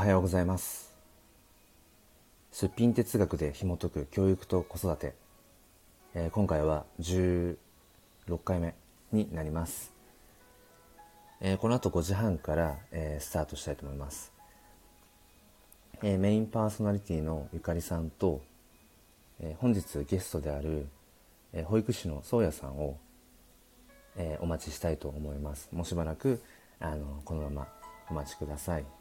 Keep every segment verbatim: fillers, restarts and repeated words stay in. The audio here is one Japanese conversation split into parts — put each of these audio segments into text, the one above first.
ようございます。すっぴん哲学で紐解く教育と子育て、えー今回はじゅうろっかいめになります。えーこの後ごじはんから、えースタートしたいと思います。えーメインパーソナリティのゆかりさんと、えー本日ゲストである、えー保育士のそうやさんを、えーお待ちしたいと思います。もうしばらくあのこのままお待ちください。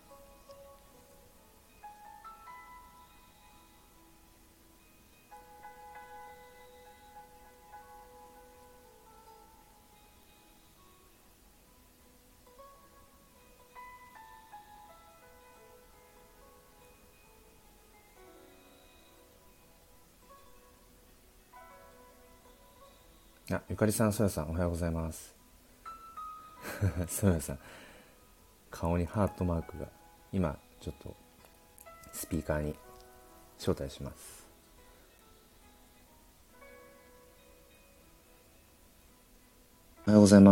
あ、ゆかりさん、そうやさん、おはようございます。そうやさん、顔にハートマークが、今ちょっとスピーカーに招待します。おはようございます。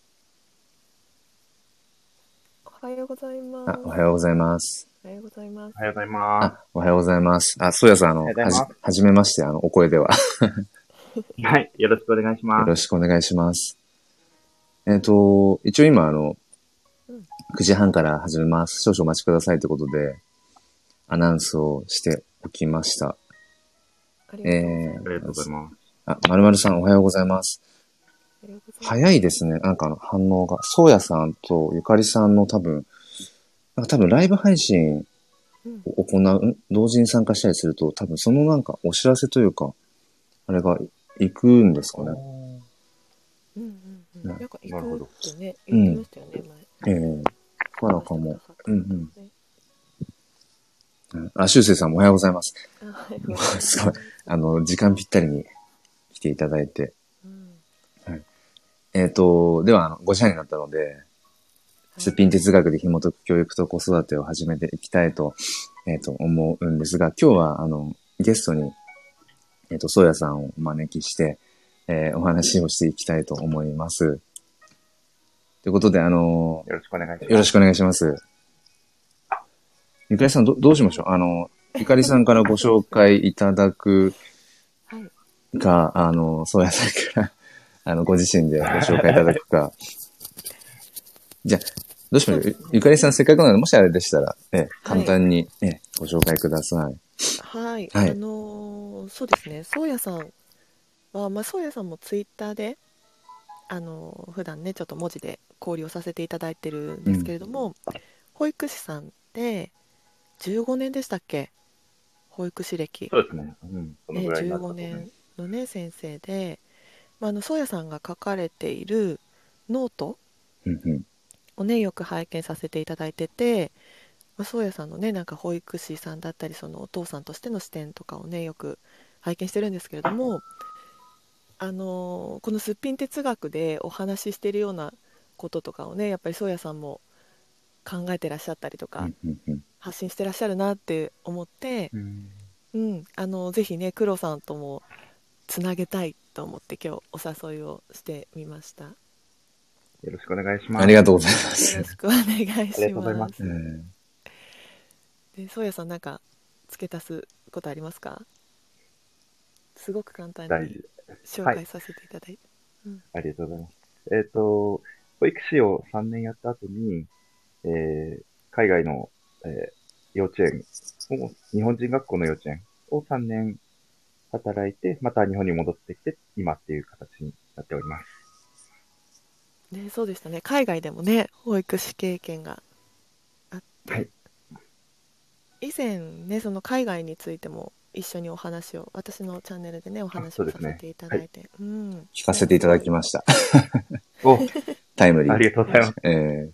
おはようございまあ、おはす。 ようございます。 おはようございます。 おはようございます。 あ、おはようございます。あ、そうやさん、あの、 おはようございはじ、 ます。 はじめまして、あの、お声では。 はい。よろしくお願いしよます。 ろしくお願いします。えっと、一応今、あの、 うん、 くじはんから始めます。少々お待ちくださいということで、アナウンスをしておきました。 ありがとうございえます。 ありがとうございます。 あ、まるまるさん、おはようございます。 おはようございます。 早いですね。なんかあの反応が。そうやさんとゆかりさんの多分、なんか多分ライブ配信うん、 を行う、ん同時に参加したりすると、多分そのなんかお知らせというか、あれが行くんですかね。 うんうんうん。 ねなんか行なるほど。 くってね、言ってうん。 ましたよね、 え前。 えからかも。 話してくださった方うんうん。 ね。 うんあ、しゅうせいさんもおはようございます。 あ、おはようもうございすごい。 ます。 あの、時間ぴったりに来ていただいて。 うん。 はい。えっと、では、あの、ごじはんになったので、すっぴん哲学で紐解く教育と子育てを始めていきたいと、えっと、思うんですが、今日は、あの、ゲストに、えっと、そうやさんをお招きして、えーお話をしていきたいと思います。ということで、あの、 よろしくお願いします。 よろしくお願いします。ゆかりさん、ど、どうしましょうあの、ゆかりさんからご紹介いただくはい。 か、あの、そうやさんから、あの、ご自身でご紹介いただくか。じゃあ、どうしましょうゆゆかりさん、せっかくなので、もしあれでしたら、え、簡単に、え、ご紹介ください。 はい。あはい。 のーそうですね、そうやさんは、まあ、そうやさんもツイッターで、あのー普段ね、ちょっと文字で交流をさせていただいてるんですけうん。 れども、保育士さんでじゅうごねんでしたっけ、保育士歴。 そうですね。うん。そのぐね、15 らいになったと思いま年す。 のね、先生で、まあ、あの、宗谷さんが書かれているノートうん、うん。 をね、よく拝見させていただいてて、まあ、宗谷さんのね、なんか保育士さんだったり、そのお父さんとしての視点とかをね、よく拝見してるんですけれども、あのーこのすっぴん哲学でお話ししているようなこととかをね、やっぱり宗谷さんも考えてらっしゃったりとか、 うん、うん、うん。 発信してらっしゃるなって思って、 うん。 うん、あのぜひね、黒さんともつなげたいと思って今日お誘いをしてみました。よよろしくお願いします。 ありがとうございます。 ろしくお願いありがしとうございます。 ます。 うん、 で、宗谷さん、なんか付け足すことありますか？すごく簡単に大事。 紹はい。 介させていただいて。うん、 ありがとうございます。えっと、保育士をさんねんやった後に、えー、海外の、えー幼稚園を、日本人学校の幼稚園をさんねん働いて、また日本に戻ってきて、今っていう形になっております。 ね、そうでしたね。海外でもね、保育士経験があって、 はい。 以前ね、その海外についても一緒にお話を、私のチャンネルでね、おあ、 話そうですね。 をさせていたはい。 だいて、うん、 聞かなんせていただかすごい、 きました。 お、 タイムリー。 ありがとうございます。 え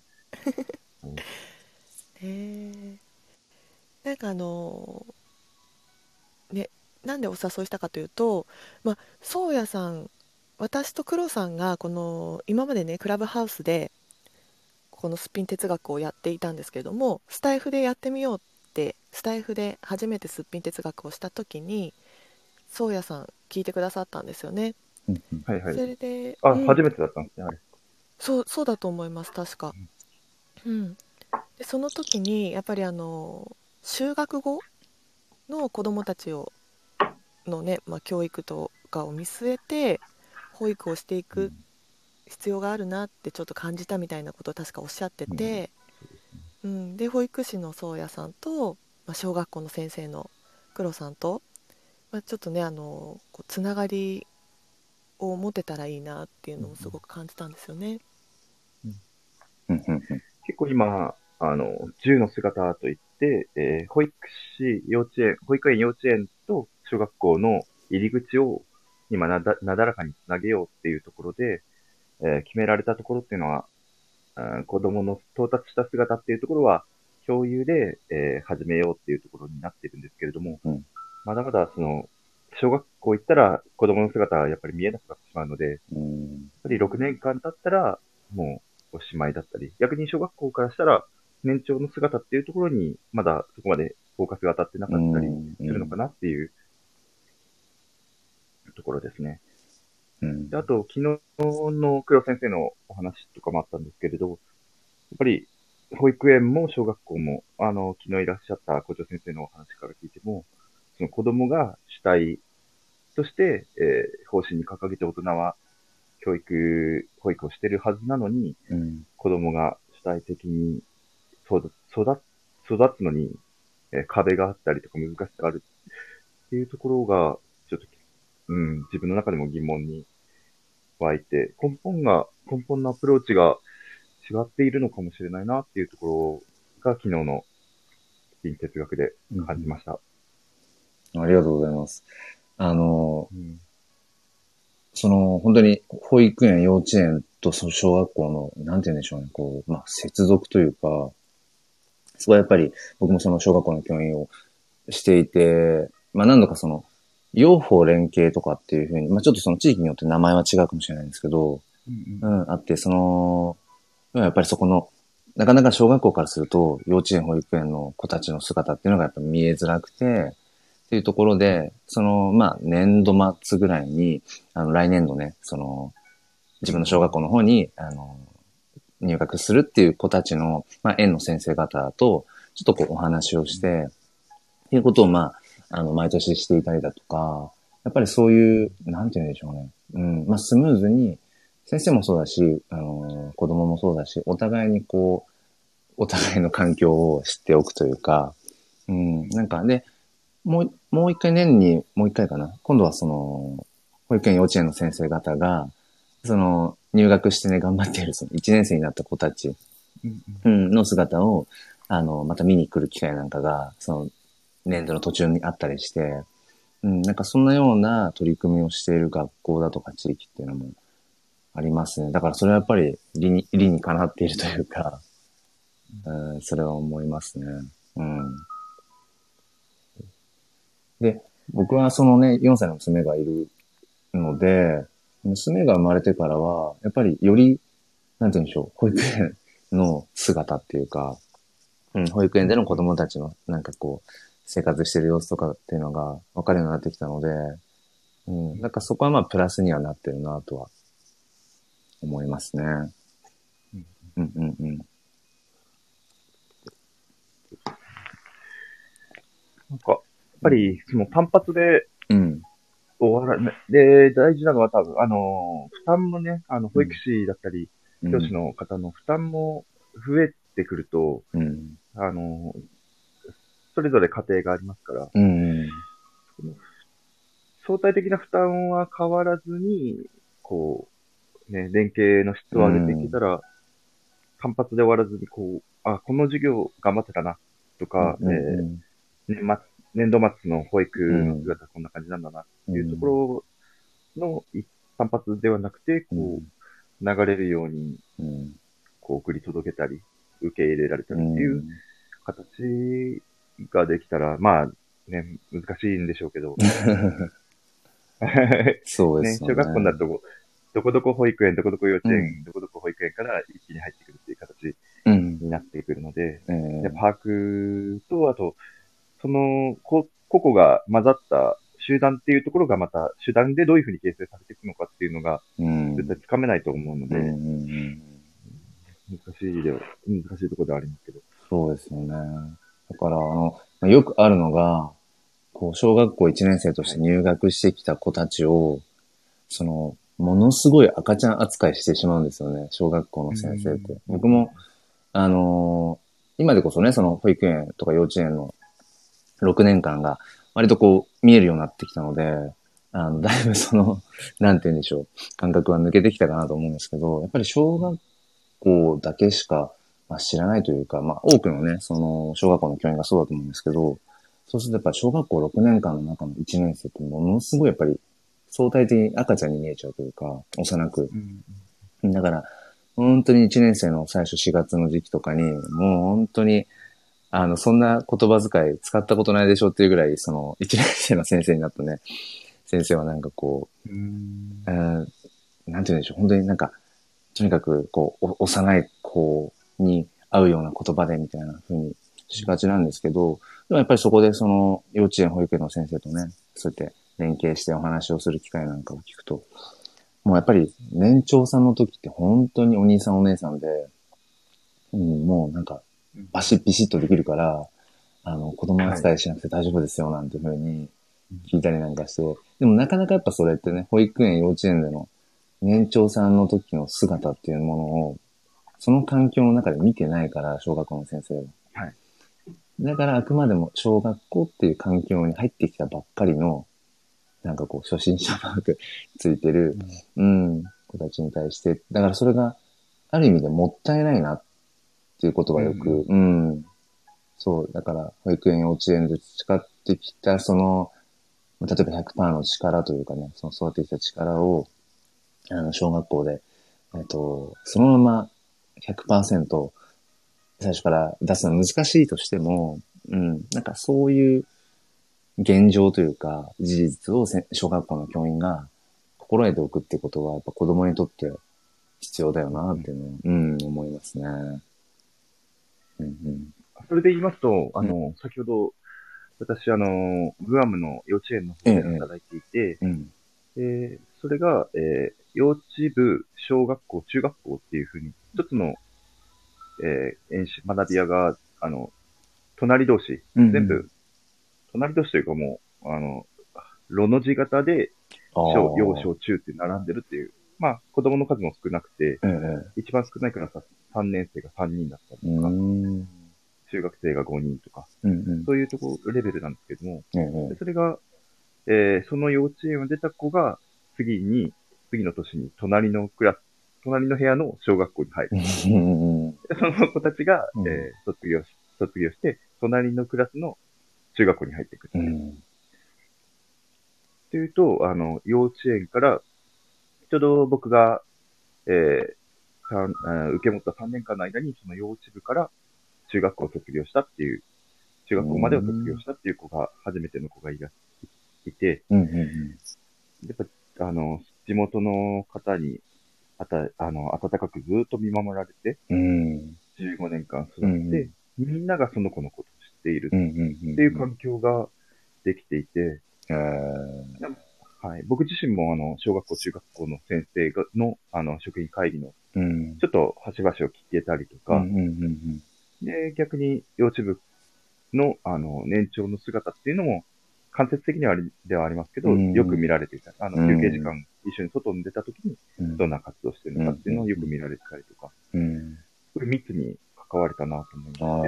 ね、なんかあのね、なんでお誘いしたかというと、まあ、宗谷さん、私と黒さんがこの今までね、クラブハウスでこのすっぴん哲学をやっていたんですけれども、スタイフでやってみようって、スタイフで初めてすっぴん哲学をした時に、宗谷さん聞いてくださったんですよね。 ーうんうん、 はいはい。 それで、うあ、 ん、 初めてだったんですね、あれ。 そう、そうだと思います、確か。うん。 でその時にやっぱりあの就学後の子どもたちをのね、まあ、教育とかを見据えて保育をしていく必要があるなってちょっと感じたみたいなことを確かおっしゃってうん。 て、うん、で保育士の宗谷さんと、まあ、小学校の先生の黒さんと、まあ、ちょっとねあのこうつながりを持てたらいいなっていうのをすごく感じたんですよね。 うんうん結構今、あの、銃の姿といって、えー保育士、幼稚園、保育園、幼稚園と小学校の入り口を今なだ、なだらかにつなげようっていうところで、えー決められたところっていうのは、うん子供の到達した姿っていうところは、共有で、えー始めようっていうところになってるんですけれども、 うんまだまだその、小学校行ったら子供の姿はやっぱり見えなくなってしまうので、やっうんぱりろくねんかん経ったら、もうおしまいだったり、逆に小学校からしたら、年長の姿っていうところに、まだそこまでフォーカスが当たってなうかったりんするのかなっていうところですね。 うんで、あと、昨日の黒先生のお話とかもあったんですけれど、やっぱり、保育園も小学校も、あの、昨日いらっしゃった校長先生のお話から聞いても、その子供が主体として、えー方針に掲げて大人は教育、保育をしているはずなのに、 うん子供が主体的に育育育つのに、えー壁があったりとか難しさがあるっていうところが、ちょっと、うん、自分の中でも疑問に湧いて、根本が、根本のアプローチが違っているのかもしれないなっていうところが昨日のスピン哲学で感じました。 ありがとうございます。あの、 うん。 その、本当に保育園、幼稚園とその小学校の、なんて言うんでしょうね、こう、まあ、接続というか、そこはやっぱり僕もその小学校の教員をしていて、まあ何度かその、養蜂連携とかっていうふうに、まあちょっとその地域によって名前は違うかもしれないんですけど、 うんうん、あって、その、やっぱりそこの、なかなか小学校からすると、幼稚園、保育園の子たちの姿っていうのがやっぱ見えづらくて、っていうところで、その、まあ、年度末ぐらいに、あの、来年度ね、その、自分の小学校の方に、あの、入学するっていう子たちの、まあ、園の先生方と、ちょっとこうお話をして、っていうことを、まあ、あの、毎年していたりだとか、やっぱりそういう、なんて言うんでしょうね。うん、まあ、スムーズに、先生もそうだし、あの、子供もそうだし、お互いにこう、お互いの環境を知っておくというか、うん、なんか、で、もう、もう一回年に、もう一回かな。今度はその、保育園幼稚園の先生方が、その、入学してね、頑張っている、その、一年生になった子たち、 うんうんの姿を、あの、また見に来る機会なんかが、その、年度の途中にあったりして、うん、なんかそんなような取り組みをしている学校だとか地域っていうのもありますね。だからそれはやっぱり理に、理にかなっているというか、うん、それは思いますね。うん。で、僕はそのね、よんさいの娘がいるので、娘が生まれてからは、やっぱりより、なんて言うんでしょう、保育園の姿っていうか、うん、保育園での子供たちのなんかこう、生活してる様子とかっていうのが分かるようになってきたので、うん、なんかそこはまあプラスにはなってるなとは思いますね。 うんうんうんうん。 なんか、やっぱり、その単発でうん。 終わらない。で、大事なのは多分、あの、負担もね、あの、保育士だったり、教師うん。 の方の負担も増えてくると、 うん。 あの、それぞれ家庭がありますから、 うん。 その相対的な負担は変わらずに、こう、ね、連携の質うを上げていけん。 たら、単発で終わらずに、こう、あ、この授業頑張ってたな、とか、 うん。うえん。 ー年末、年度末の保育のうん。 姿こんな感じなんだな、っていうとこうん。 ろの一単発ではなくて、こう、流れるように、 うん。 こう、送り届けたり、受け入れられたうりっていうん。 形ができたら、まあ、ね、難しいんでしょうけど、ね、 そうですよ小学校になるね。 と、どこどこ保育園、どこどこ幼稚うん。 園、どこどこ保育園から一気に入ってくるっていう形うん。 になってくるので、 えで、 ー、 パークと、あと、その、こ個々が混ざった集団っていうところがまた、集団でどういうふうに形成されていくのかっていうのが、 うん。 絶対つかめないと思うのうん。うで、 ん。 難しいでは、難しいところではありますけど。 そうですよね。だから、あの、まあよくあるのが、こう、小学校いちねん生として入学してきた子たちを、その、ものすごい赤ちゃん扱いしてしまうんですよね、小学校の先生って。僕も、あのー今でこそね、その保育園とか幼稚園のろくねんかんが割とこう見えるようになってきたので、あの、だいぶその、なんて言うんでしょう、感覚は抜けてきたかなと思うんですけど、やっぱり小学校だけしか、まあ、知らないというか、まあ多くのね、その小学校の教員がそうだと思うんですけど、そうするとやっぱり小学校ろくねんかんの中のいちねん生ってものすごいやっぱり相対的に赤ちゃんに見えちゃうというか、幼く。だから、本当にいちねん生の最初しがつの時期とかに、もう本当に、あの、そんな言葉遣い使ったことないでしょっていうぐらい、その、いちねん生の先生になったね、先生はなんかこう、うんえーなんて言うんでしょう、本当になんか、とにかく、こう、幼い子に合うような言葉でみたいな風にしがちなんですけど、でもやっぱりそこでその、幼稚園、保育園の先生とね、そうやって連携してお話をする機会なんかを聞くと、もうやっぱり年長さんの時って本当にお兄さんお姉さんで、うん、もうなんかバシッビシッとできるから、あの、子供扱いしなくて大丈夫ですよなんていう風に聞いたりなんかして、でもなかなかやっぱそれってね、保育園、幼稚園での年長さんの時の姿っていうものを、その環境の中で見てないから、小学校の先生は。 はい。 だからあくまでも小学校っていう環境に入ってきたばっかりの、なんかこう、初心者マークついてる、うん、うん、子たちに対して、だからそれが、ある意味でもったいないなっていうことがよく、うん、うん、そう、だから、保育園、幼稚園で培ってきた、その、例えば ひゃくパーセント の力というかね、その育ってきた力を、あの、小学校で、えっと、そのままひゃくパーセント最初から出すのは難しいとしても、うん、なんかそういう現状というか、事実を小学校の教員が心得ておくってことは、やっぱ子供にとって必要だよなっていうのは、うん、思いますね。うんうん、 それで言いますと、あの、うん、先ほど、私、あの、グアムの幼稚園の方で働いていて、ええうんえー、それが、えー、幼稚部、小学校、中学校っていうふうに、一つの、えー、演習、学び屋が、あの、隣同士、うんうん、全部、隣同士というかもう、あの、ロの字型で、小、幼、小、中って並んでるっていう、まあ、子供の数も少なくて、ええ、一番少ないクラスはさんねん生がさんにんだったりとか、中学生がごにんとか、うんうん、そういうところレベルなんですけども、うんうん、それが、えー、その幼稚園を出た子が、次に、次の年に隣のクラス、隣の部屋の小学校に入る。その子たちが、うん、えー、卒業し、卒業して、隣のクラスの中学校に入っていくっていう。うんっていうと、あの、幼稚園から、ちょうど僕が、えー、受け持ったさんねんかんの間に、その幼稚部から中学校を卒業したっていう、中学校までを卒業したっていう子が、初めての子がいらいて、うんうんうん、やっぱ、あの、地元の方に、あた、あの、温かくずっと見守られて、うん、じゅうごねんかん育って、うんうん、みんながその子のことを知っているっていう環境ができていて、えーはい、僕自身もあの小学校、中学校の先生がのあの職員会議の、うん、ちょっと端々を聞けたりとか、うんうんうんうん、で逆に幼稚部のあの年長の姿っていうのも間接的にはではありますけど、うん、よく見られていた。あの休憩時間、うん、一緒に外に出たときにどんな活動してるのかっていうのをよく見られてたりとか、うん、これ密に関われたなと思いまして。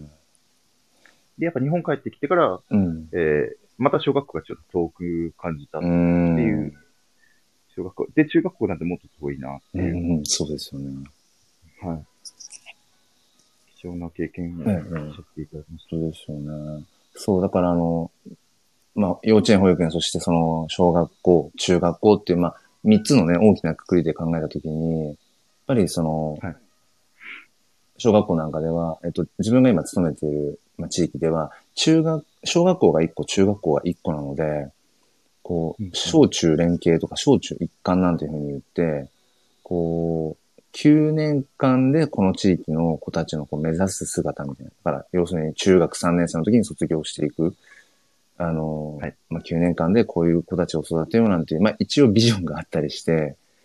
で、やっぱ日本帰ってきてから、うん、えーまた小学校がちょっと遠く感じたっていう、小学校。で、中学校なんてもっと遠いなっていう。 うんうん、そうですよね。 はい。貴重な経験をさせていただきました。 そうですよね。そう、だからあの、まあ、幼稚園、保育園、そしてその、小学校、中学校っていう、まあ、三つのね、大きな括りで考えたときに、やっぱりその、はい、小学校なんかでは、えっと、自分が今勤めている、まあ、地域では、中学、小学校が一個、中学校が一個なので、こう、小中連携とか小中一貫なんていうふうに言って、こう、きゅうねんかんでこの地域の子たちのこう目指す姿みたいな。だから、要するに中学さんねん生の時に卒業していく。あの、はい、まあ、きゅうねんかんでこういう子たちを育てようなんていう、まあ一応ビジョンがあったりして、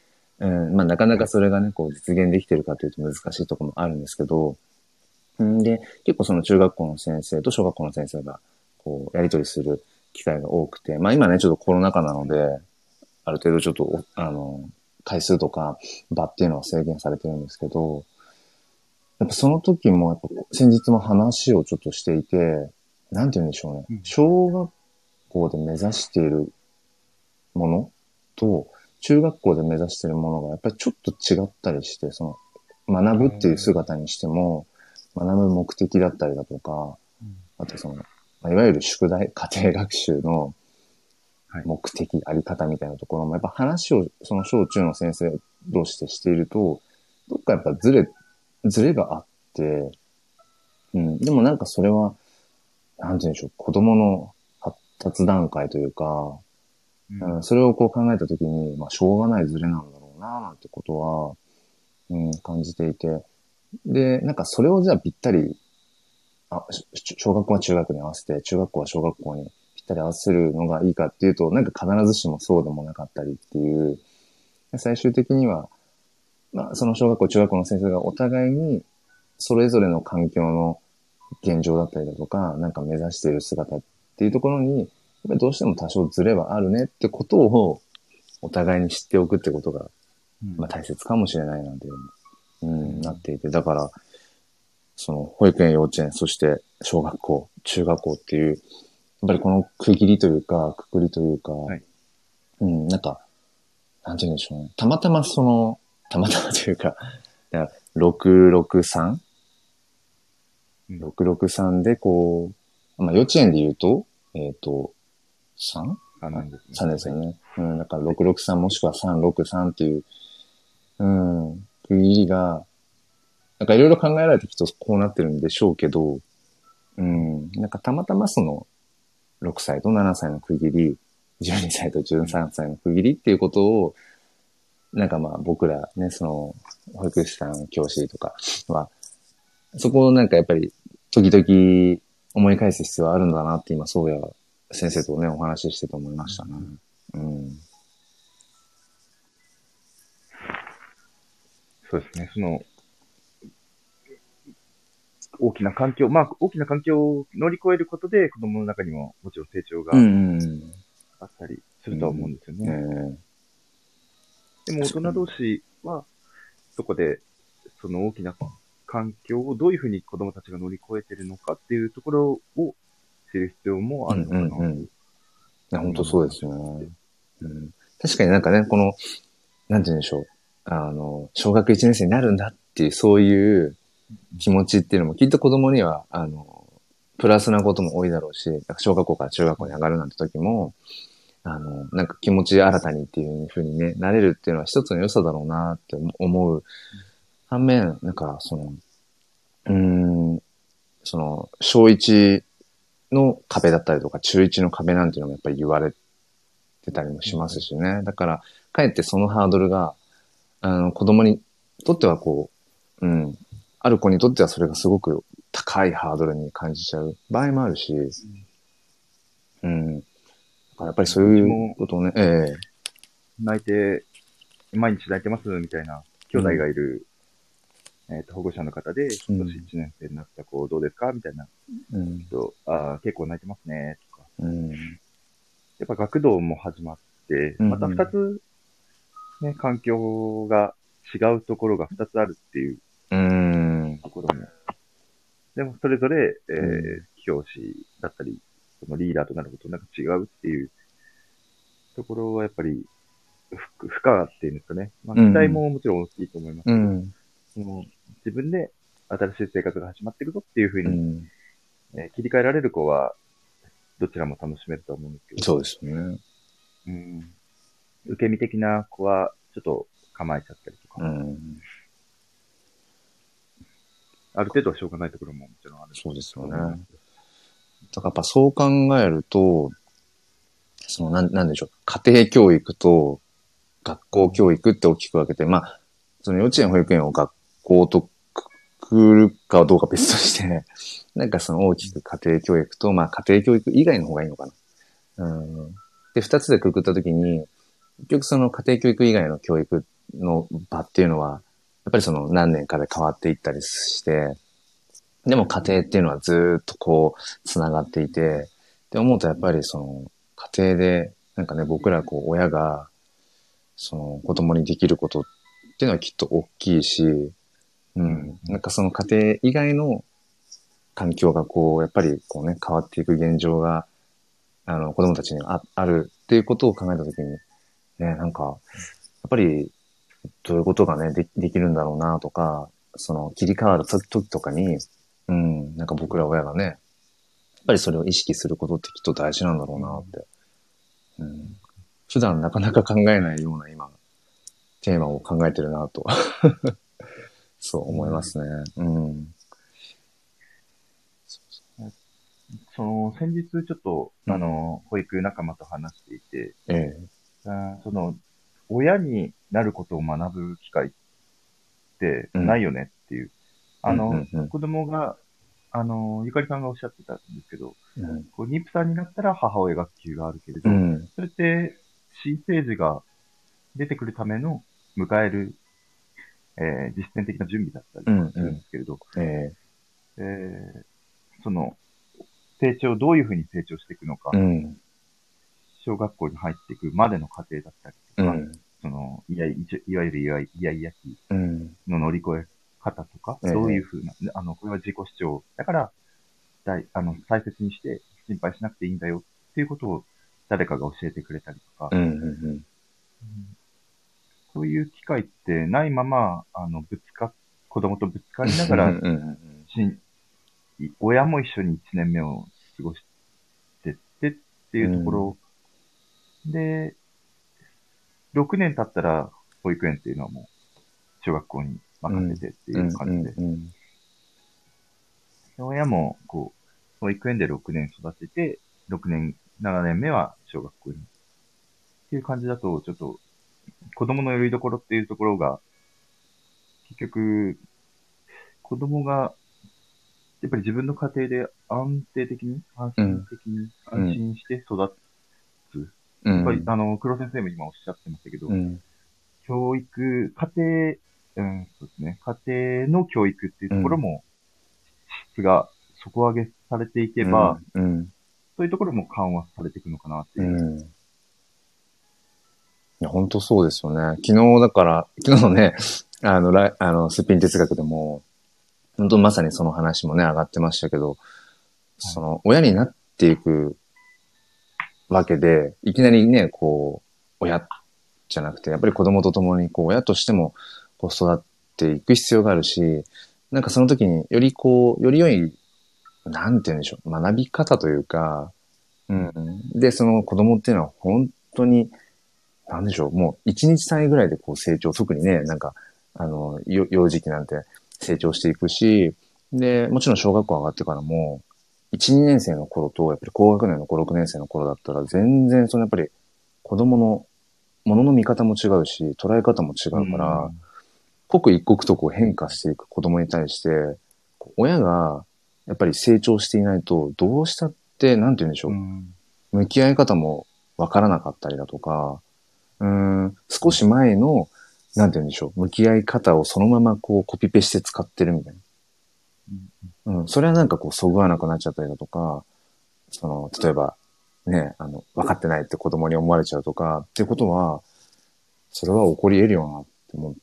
うん、まあなかなかそれがね、こう実現できてるかというと難しいところもあるんですけど、んで、結構その中学校の先生と小学校の先生が、こう、やり取りする機会が多くて、まあ今ね、ちょっとコロナ禍なので、ある程度ちょっと、あの、回数とか場っていうのは制限されてるんですけど、やっぱその時も、やっぱ先日も話をちょっとしていて、なんて言うんでしょうね。 うん小学校で目指しているものと、中学校で目指しているものがやっぱりちょっと違ったりして、その、学ぶっていう姿にしても、学ぶ目的だったりだとか、あとその、まあいわゆる宿題、家庭学習のはい。 目的、あり方みたいなところも、やっぱ話をその小中の先生同士でしていると、どっかやっぱずれ、ずれがあって、うん、でもなんかそれは、なんて言うんでしょう、子供の発達段階というか、 うんうん、それをこう考えたときに、まあ、しょうがないズレなんだろうな、なんてことは、うん、感じていて。で、なんかそれをじゃあぴったり、あ、し小学校は中学に合わせて、中学校は小学校にぴったり合わせるのがいいかっていうと、なんか必ずしもそうでもなかったりっていう、最終的には、まあ、その小学校、中学校の先生がお互いに、それぞれの環境の現状だったりだとか、なんか目指している姿っていうところに、やっぱりどうしても多少ズレはあるねってことをお互いに知っておくってことが、 うんまあ大切かもしれないなんていうふうに、うん、なっていて、だから、その保育園、幼稚園、そして小学校、中学校っていう、やっぱりこの区切りというか、くくりというか、 はいうん、なんか、なんて言うんでしょうね。たまたまその、たまたまというか、だからろくろくさんうんろくろくさんでこう、まあ幼稚園で言うと、えっ、と、さん? あなんですね。 さんですよね。うん、だからろくろくさんもしくはさんろくさんっていう、うん、区切りが、なんかいろいろ考えられてきてこうなってるんでしょうけど、うん、なんかたまたまそのろくさいとななさいの区切り、じゅうにさいとじゅうさんさいの区切りっていうことを、なんかまあ僕らね、その、保育士さん、教師とかは、そこをなんかやっぱり、時々思い返す必要はあるんだなって今、そうや先生とね、お話ししてて思いましたね。うん。 そうですね。その、大きな環境、まあ、大きな環境を乗り越えることで、子供の中にももちろん成長がうんうんあったりするとは思うんですようん。 ね。 ねでも大人同士は、そこで、その大きな環境をどういうふうに子供たちが乗り越えてるのかっていうところを知る必要もあるのかなと。 うんうんうん。いや、本当そうですよね。うん、確かになんかね、この、なんて言うんでしょう。あの、小学いちねん生になるんだっていう、そういう気持ちっていうのも、きっと子供には、あの、プラスなことも多いだろうし、小学校から中学校に上がるなんて時も、あの、なんか気持ち新たにっていう風にね、なれるっていうのは一つの良さだろうなって思う。反面、なんか、その、うーん、その、小一の壁だったりとか、中一の壁なんていうのもやっぱり言われてたりもしますしね。だから、かえってそのハードルが、あの、子供にとってはこう、うん、ある子にとってはそれがすごく高いハードルに感じちゃう場合もあるし、うん。だからやっぱりそういうことをね、ええ泣いて、毎日泣いてますみたいな兄弟がいる、えっと、保護者の方で、 うん今年いちねん生になった子どうですかみたいなうん。 人、あー結構泣いてますね、とか。 うん。 やっぱ学童も始まって、 うんまた二つ、ね、環境が違うところが二つあるっていううん。 ところも。でも、それぞれ、えーうん教師だったり、そのリーダーとなることなんか違うっていうところはやっぱり、ふ負荷っていうんですかね。まあ、 うん期待ももちろん大きいと思いますけど、 うん。 その自分で新しい生活が始まっていくぞっていうふうに、 うん。 えー切り替えられる子は、どちらも楽しめると思うんですけど、 そうですよね。 うん、受け身的な子は、ちょっと構えちゃったりとか、 うん。 ある程度はしょうがないところももちろんある。 そうですよね。だからやっぱそう考えると、そのなん、なんでしょう。家庭教育と学校教育って大きく分けて、まあ、その幼稚園、保育園を学校とくくるかどうか別として、なんかその大きく家庭教育と、まあ家庭教育以外の方がいいのかな。うん。で、二つでくくったときに、結局その家庭教育以外の教育の場っていうのは、やっぱりその何年かで変わっていったりして、でも家庭っていうのはずーっとこう、つながっていて、で思うとやっぱりその、家庭で、なんかね、僕らこう、親が、その子供にできることっていうのはきっと大きいし、うん。なんかその家庭以外の環境がこう、やっぱりこうね、変わっていく現状が、あの、子供たちにああるっていうことを考えたときに、ね、なんか、やっぱり、どういうことがね、でできるんだろうなとか、その切り替わる時時とかに、うん、なんか僕ら親がね、やっぱりそれを意識することってきっと大事なんだろうなって。うん、普段なかなか考えないような今、テーマを考えてるなと、そう思いますね。うん。 その、先日ちょっと、 うんあの、保育仲間と話していて、 ええ。 あーその、親になることを学ぶ機会ってうん。 ないよねっていう。 うん、うあの、 ん、うん。 子供が、あの、ゆかりさんがおっしゃってたんですけど、 うん。 こう妊婦さんになったら母親学級があるけれど、 うん。 それって新生児が出てくるための迎える、えー実践的な準備だったりうん。 とかするんですけれど、 ええ。 えーその、成長、どういうふうに成長していくのか、 うん。 小学校に入っていくまでの過程だったりとか、 うん。 その、いや、いちいわゆるいわいイヤイヤ期うん。 の乗り越え方とか、 ええ。 どういうふうな、あの、これは自己主張だから、大あの、大切にして心配しなくていいんだよっていうことを誰かが教えてくれたりとか、 うん。うん。 そういう機会ってないまま、あの、ぶつか、子供とぶつかりなうん。うがら、 ん。 しん親も一緒にいちねんめを過ごしてってっていうところで、ろくねん経ったら保育園っていうのはもう小学校にうん。 任せてってうん。 いう感じで、 うん。 親もこう、保育園でろくねん育てて、ろくねん、ななねんめは小学校にっていう感じだと、ちょっと子供のよりどころっていうところが、結局、子供がやっぱり自分の家庭で安定的に、安心うん。 的に、安うん。 心して育つ。やっぱり、 うん。 あの、黒先生も今おっしゃってましたけど、 うん。 教育、家庭、うん、そうですね、家庭の教育っていううん。 ところも、質が底上げされていけば、 うん。うん。 そういうところも緩和されていくのかなっていう。 うん。いや、本当そうですよね。昨日だから、昨日のね、あの、ライあの、すっぴん哲学でも、本当まさにその話もね、上がってましたけど、 はい。 その、親になっていくわけで、いきなりね、こう、親じゃなくて、やっぱり子供と共に、こう、親としても、こう、育っていく必要があるし、なんかその時によりこう、より良い、なんて言うんでしょう、学び方というか、うん。で、その子供っていうのは本当に、なんでしょう、もう一日単位ぐらいでこう成長、特にね、なんか、あの、よ幼児期なんて成長していくし、で、もちろん小学校上がってからも、いち、にねん生の頃と、やっぱり高学年のご、ろくねん生の頃だったら、全然そのやっぱり子供のものの見方も違うし、捉え方も違ううから、 ん。 刻一刻とこう変化していく子供に対して、親がやっぱり成長していないと、どうしたって、なんて言うんでしょうん。 う、向き合い方もわからなかったりだとか、うーん、少し前の、なんて言うんでしょう、向き合い方をそのままこうコピペして使ってるみたいな。うん、それはなんかこう、そぐわなくなっちゃったりだとか、その、例えば、ね、あの、分かってないって子供に思われちゃうとか、ってことは、それは起こり得るよなって思って、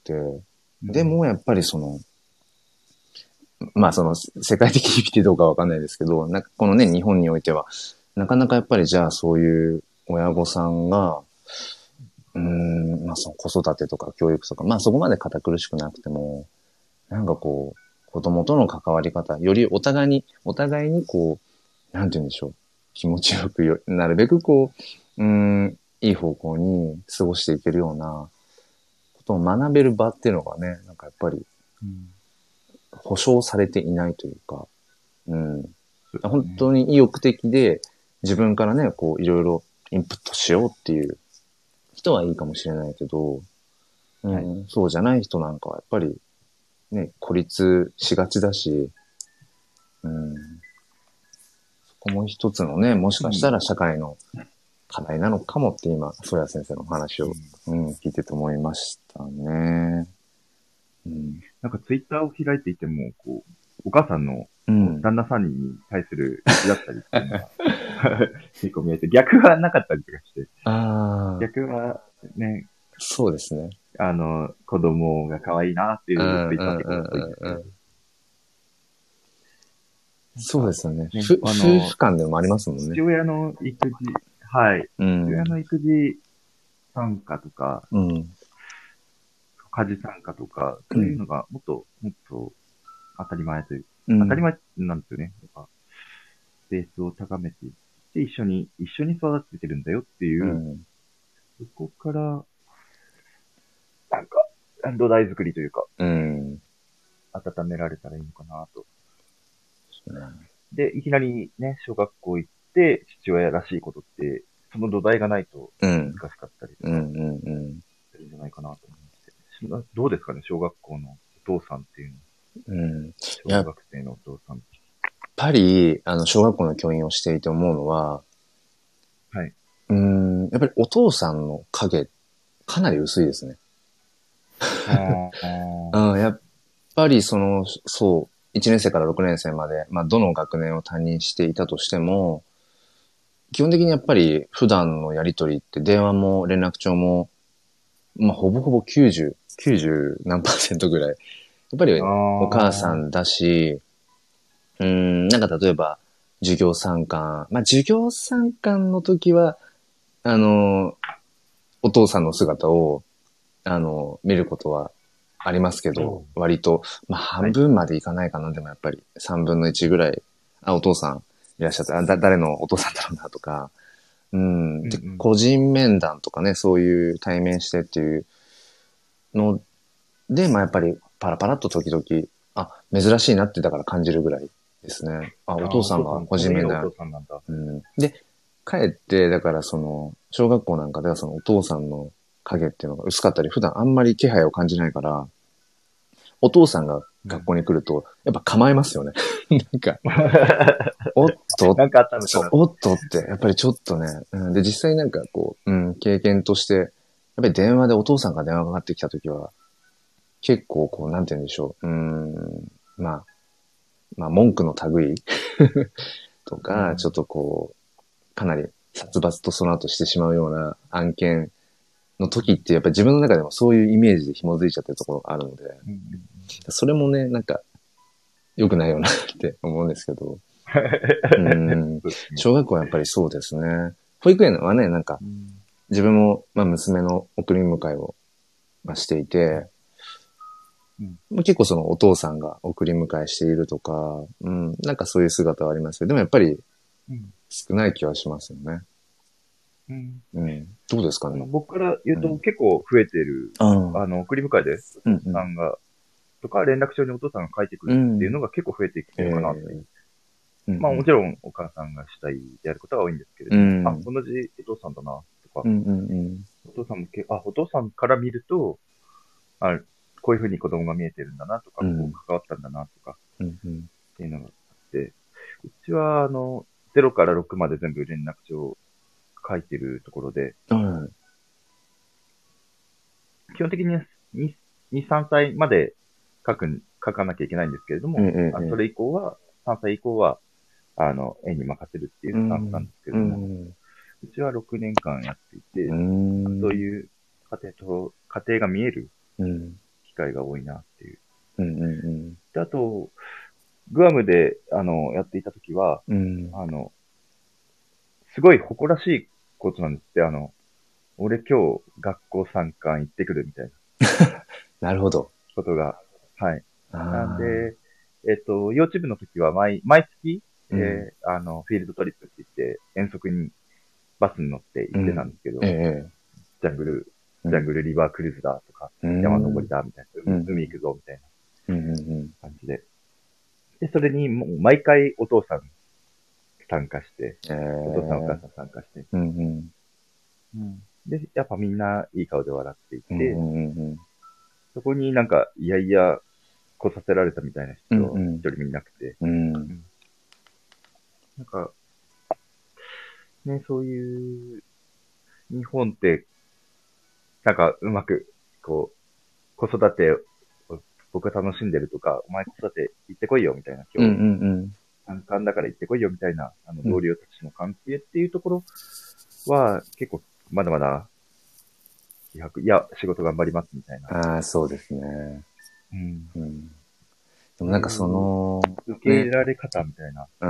うん。 でもやっぱりその、まあその、世界的に見てどうかわかんないですけど、なんかこのね、日本においては、なかなかやっぱりじゃあそういう親御さんが、うーん、まあその子育てとか教育とか、まあそこまで堅苦しくなくても、なんかこう、子供との関わり方、よりお互いに、お互いにこう、なんて言うんでしょう、気持ちよくよ、なるべくこう、うーん、いい方向に過ごしていけるようなことを学べる場っていうのがね、なんかやっぱりうん。 保証されていないというか、うん、 そうですね。 本当に意欲的で自分からね、こういろいろインプットしようっていう人はいいかもしれないけど、うはい。 ん、そうじゃない人なんかはやっぱりね、孤立しがちだし、うん、そこも一つのね、もしかした特に、 ら社会の、 課題なのかもって今、ソヤ先生のお話を、うん、聞いてて思いましたね。うん。 なんかツイッターを開いていても、こう、お母さんのうん。 旦那さんに対する愚痴だったりっていうのが結構見えて、逆はなかったりとかして、 ああ、 逆はね、 そうですね。 あの、子供が可愛いなってういうツイッターんうんうん結構多いんですけど、 うんうん。そうですよね。 ね、 ふ、夫あの、 婦間でもありますもんね。 父親の育児、はい、 うん。 父親の育児参加とか、 うん。 家事参加とか、そういううん。 のがもっと、もっと当たり前という、 うん。 当たり前なんですよね。やっぱベースを高めていって、一緒に、一緒に育ててるんだよっていう、 うん。 そこから、なんか、土台作りというか、 うん。 温められたらいいのかなと。 うん。 で、いきなりね、小学校行って、父親らしいことって、その土台がないと難しかったりとうん。 か、 うん。 するんじゃないかなと思います。どうですかね、小学校のお父さんっていうの。 うん。やっ小学生のお父さん。 ぱり、あの、小学校の教員をしていて思うのは、 はい。 うん、やっぱりお父さんの影、かなり薄いですね。 あうん、やっぱりその、そう、いちねん生からろくねん生まで、まあ、どの学年を担任していたとしても、基本的にやっぱり普段のやりとりって電話も連絡帳も、まあ、ほぼほぼきゅうじゅう、きゅうじゅう何パーセントぐらい。やっぱりあお母さー。 んだし、うーん、なんか例えば、授業参観。まあ、授業参観の時は、あの、お父さんの姿を、あの、見ることはありますけど、割と、まあ、半はい。 分までいかないかな、でもやっぱり、三分の一ぐらい、あ、お父さんいらっしゃった、あ、だ、誰のお父さんだろうな、とか、うん。で、 うんうん。 個人面談とかね、そういう対面してっていうので、まあ、やっぱり、パラパラっと時々、あ、珍しいなってだから感じるぐらいですね。あ、 あー、 お父お父さん、 さんが個この家のお人面談。 父さんなんだ。 うん。で、帰って、だからその、小学校なんかではそのお父さんの影っていうのが薄かったり、普段あんまり気配を感じないから、お父さんが学うん。 校に来ると、やっぱ構えますよね。なんか、おっと、 なんかあったのかそう、 な。 おっとって、やっぱりちょっとね、うん、で、実際なんかこう、うん、経験として、やっぱり電話でお父さんが電話がかかってきたときは、結構こう、なんて言うんでしょう、うーん、まあ、まあ、文句の類とか、ちょっとこう、かなり殺伐とその後してしまうような案件の時って、やっぱり自分の中でもそういうイメージで紐づいちゃってるところがあるので、 うんうんそれもね、なんか、良くないよなって思うんですけど、うーん、 そうですね。 小学校はやっぱりそうですね。保育園はね、なんか、 うん自分も、まあ、娘の送り迎えを、まあ、していて、 うんまあ結構そのお父さんが送り迎えしているとか、うん、なんかそういう姿はありますけど、でもやっぱりうん少ない気はしますよね。 うんうん。どうですかあのね。 僕から言うと、 うん結構増えてる、 ああ、 あの、送り迎えでお父さうんうん。 んが、とか連絡帳にお父さんが書いてくるっていううん。 のが結構増えてきてえるかなっていう。 えうんまあもうん。 ちろんお母さんが主体でやることが多いんですけれうども、あ、 ん。 同じお父さんだな、とか、 うんうんうん。 お父さんもけ、あ、お父さんから見ると、あ、こういうふうに子供が見えてるんだなとか、 うんこう関わったんだなとか、 うんうん。 っていうのがあって、うちは、あの、ゼロからろくまで全部連絡帳を書いてるところで、 はい。 基本的にに、に、さんさいまで書く、書かなきゃいけないんですけれどええも、あそれええ。 以降は、さんさい以降は、あの、園に任せるっていううスタンスなんん。 ですけれうども、 ん。 うちはろくねんかんやっていて、 うん。 そういう家庭と、家庭が見えるうん。 機会が多いなっていう。 うんうんで、あと、グアムで、あの、やっていたときは、 うん。うん。 あの、すごい誇らしいことなんですって、あの、俺今日学校参観行ってくるみたいななるほど。 ことが、はい。 あなんあ。 で、えっと、幼稚部の時は毎、毎月、えうん。 ーあの、フィールドトリップって言って、遠足にバスに乗って行ってたんうん。 ですけど、 ええ。 ジャングル、 うん。 ジャングルリバークルーズだとか、 うん。 山登りだみたいな、海、 うん。 海行くぞみたいうん。うん。 な感じで。で、それにもう毎回お父さん参加して、 えお父さんお母え。 さん参加して、 うんうん。 うん、で、やっぱみんないい顔で笑っていうんて、 うんうん。 そこになんか、いやいや、来させられたみたいな人はうん一人もいなくて、 うん。 うんなんか、ね、そういう、 日本って、なんかうまく、こう、子育てを僕が楽しんでるとか、お前子育て行ってこいよみたいな、 うんう今日、 ん難関だから行ってこいよみたいな、あの、 うん。 同僚たちの関係っていうところは、結構、まだまだ、気迫いや、仕事頑張りますみたいな。 ああ、そうですね。 うん。 うん。でもそうなんかそいうの、 受け入れね、 られ方みたいな。 うん。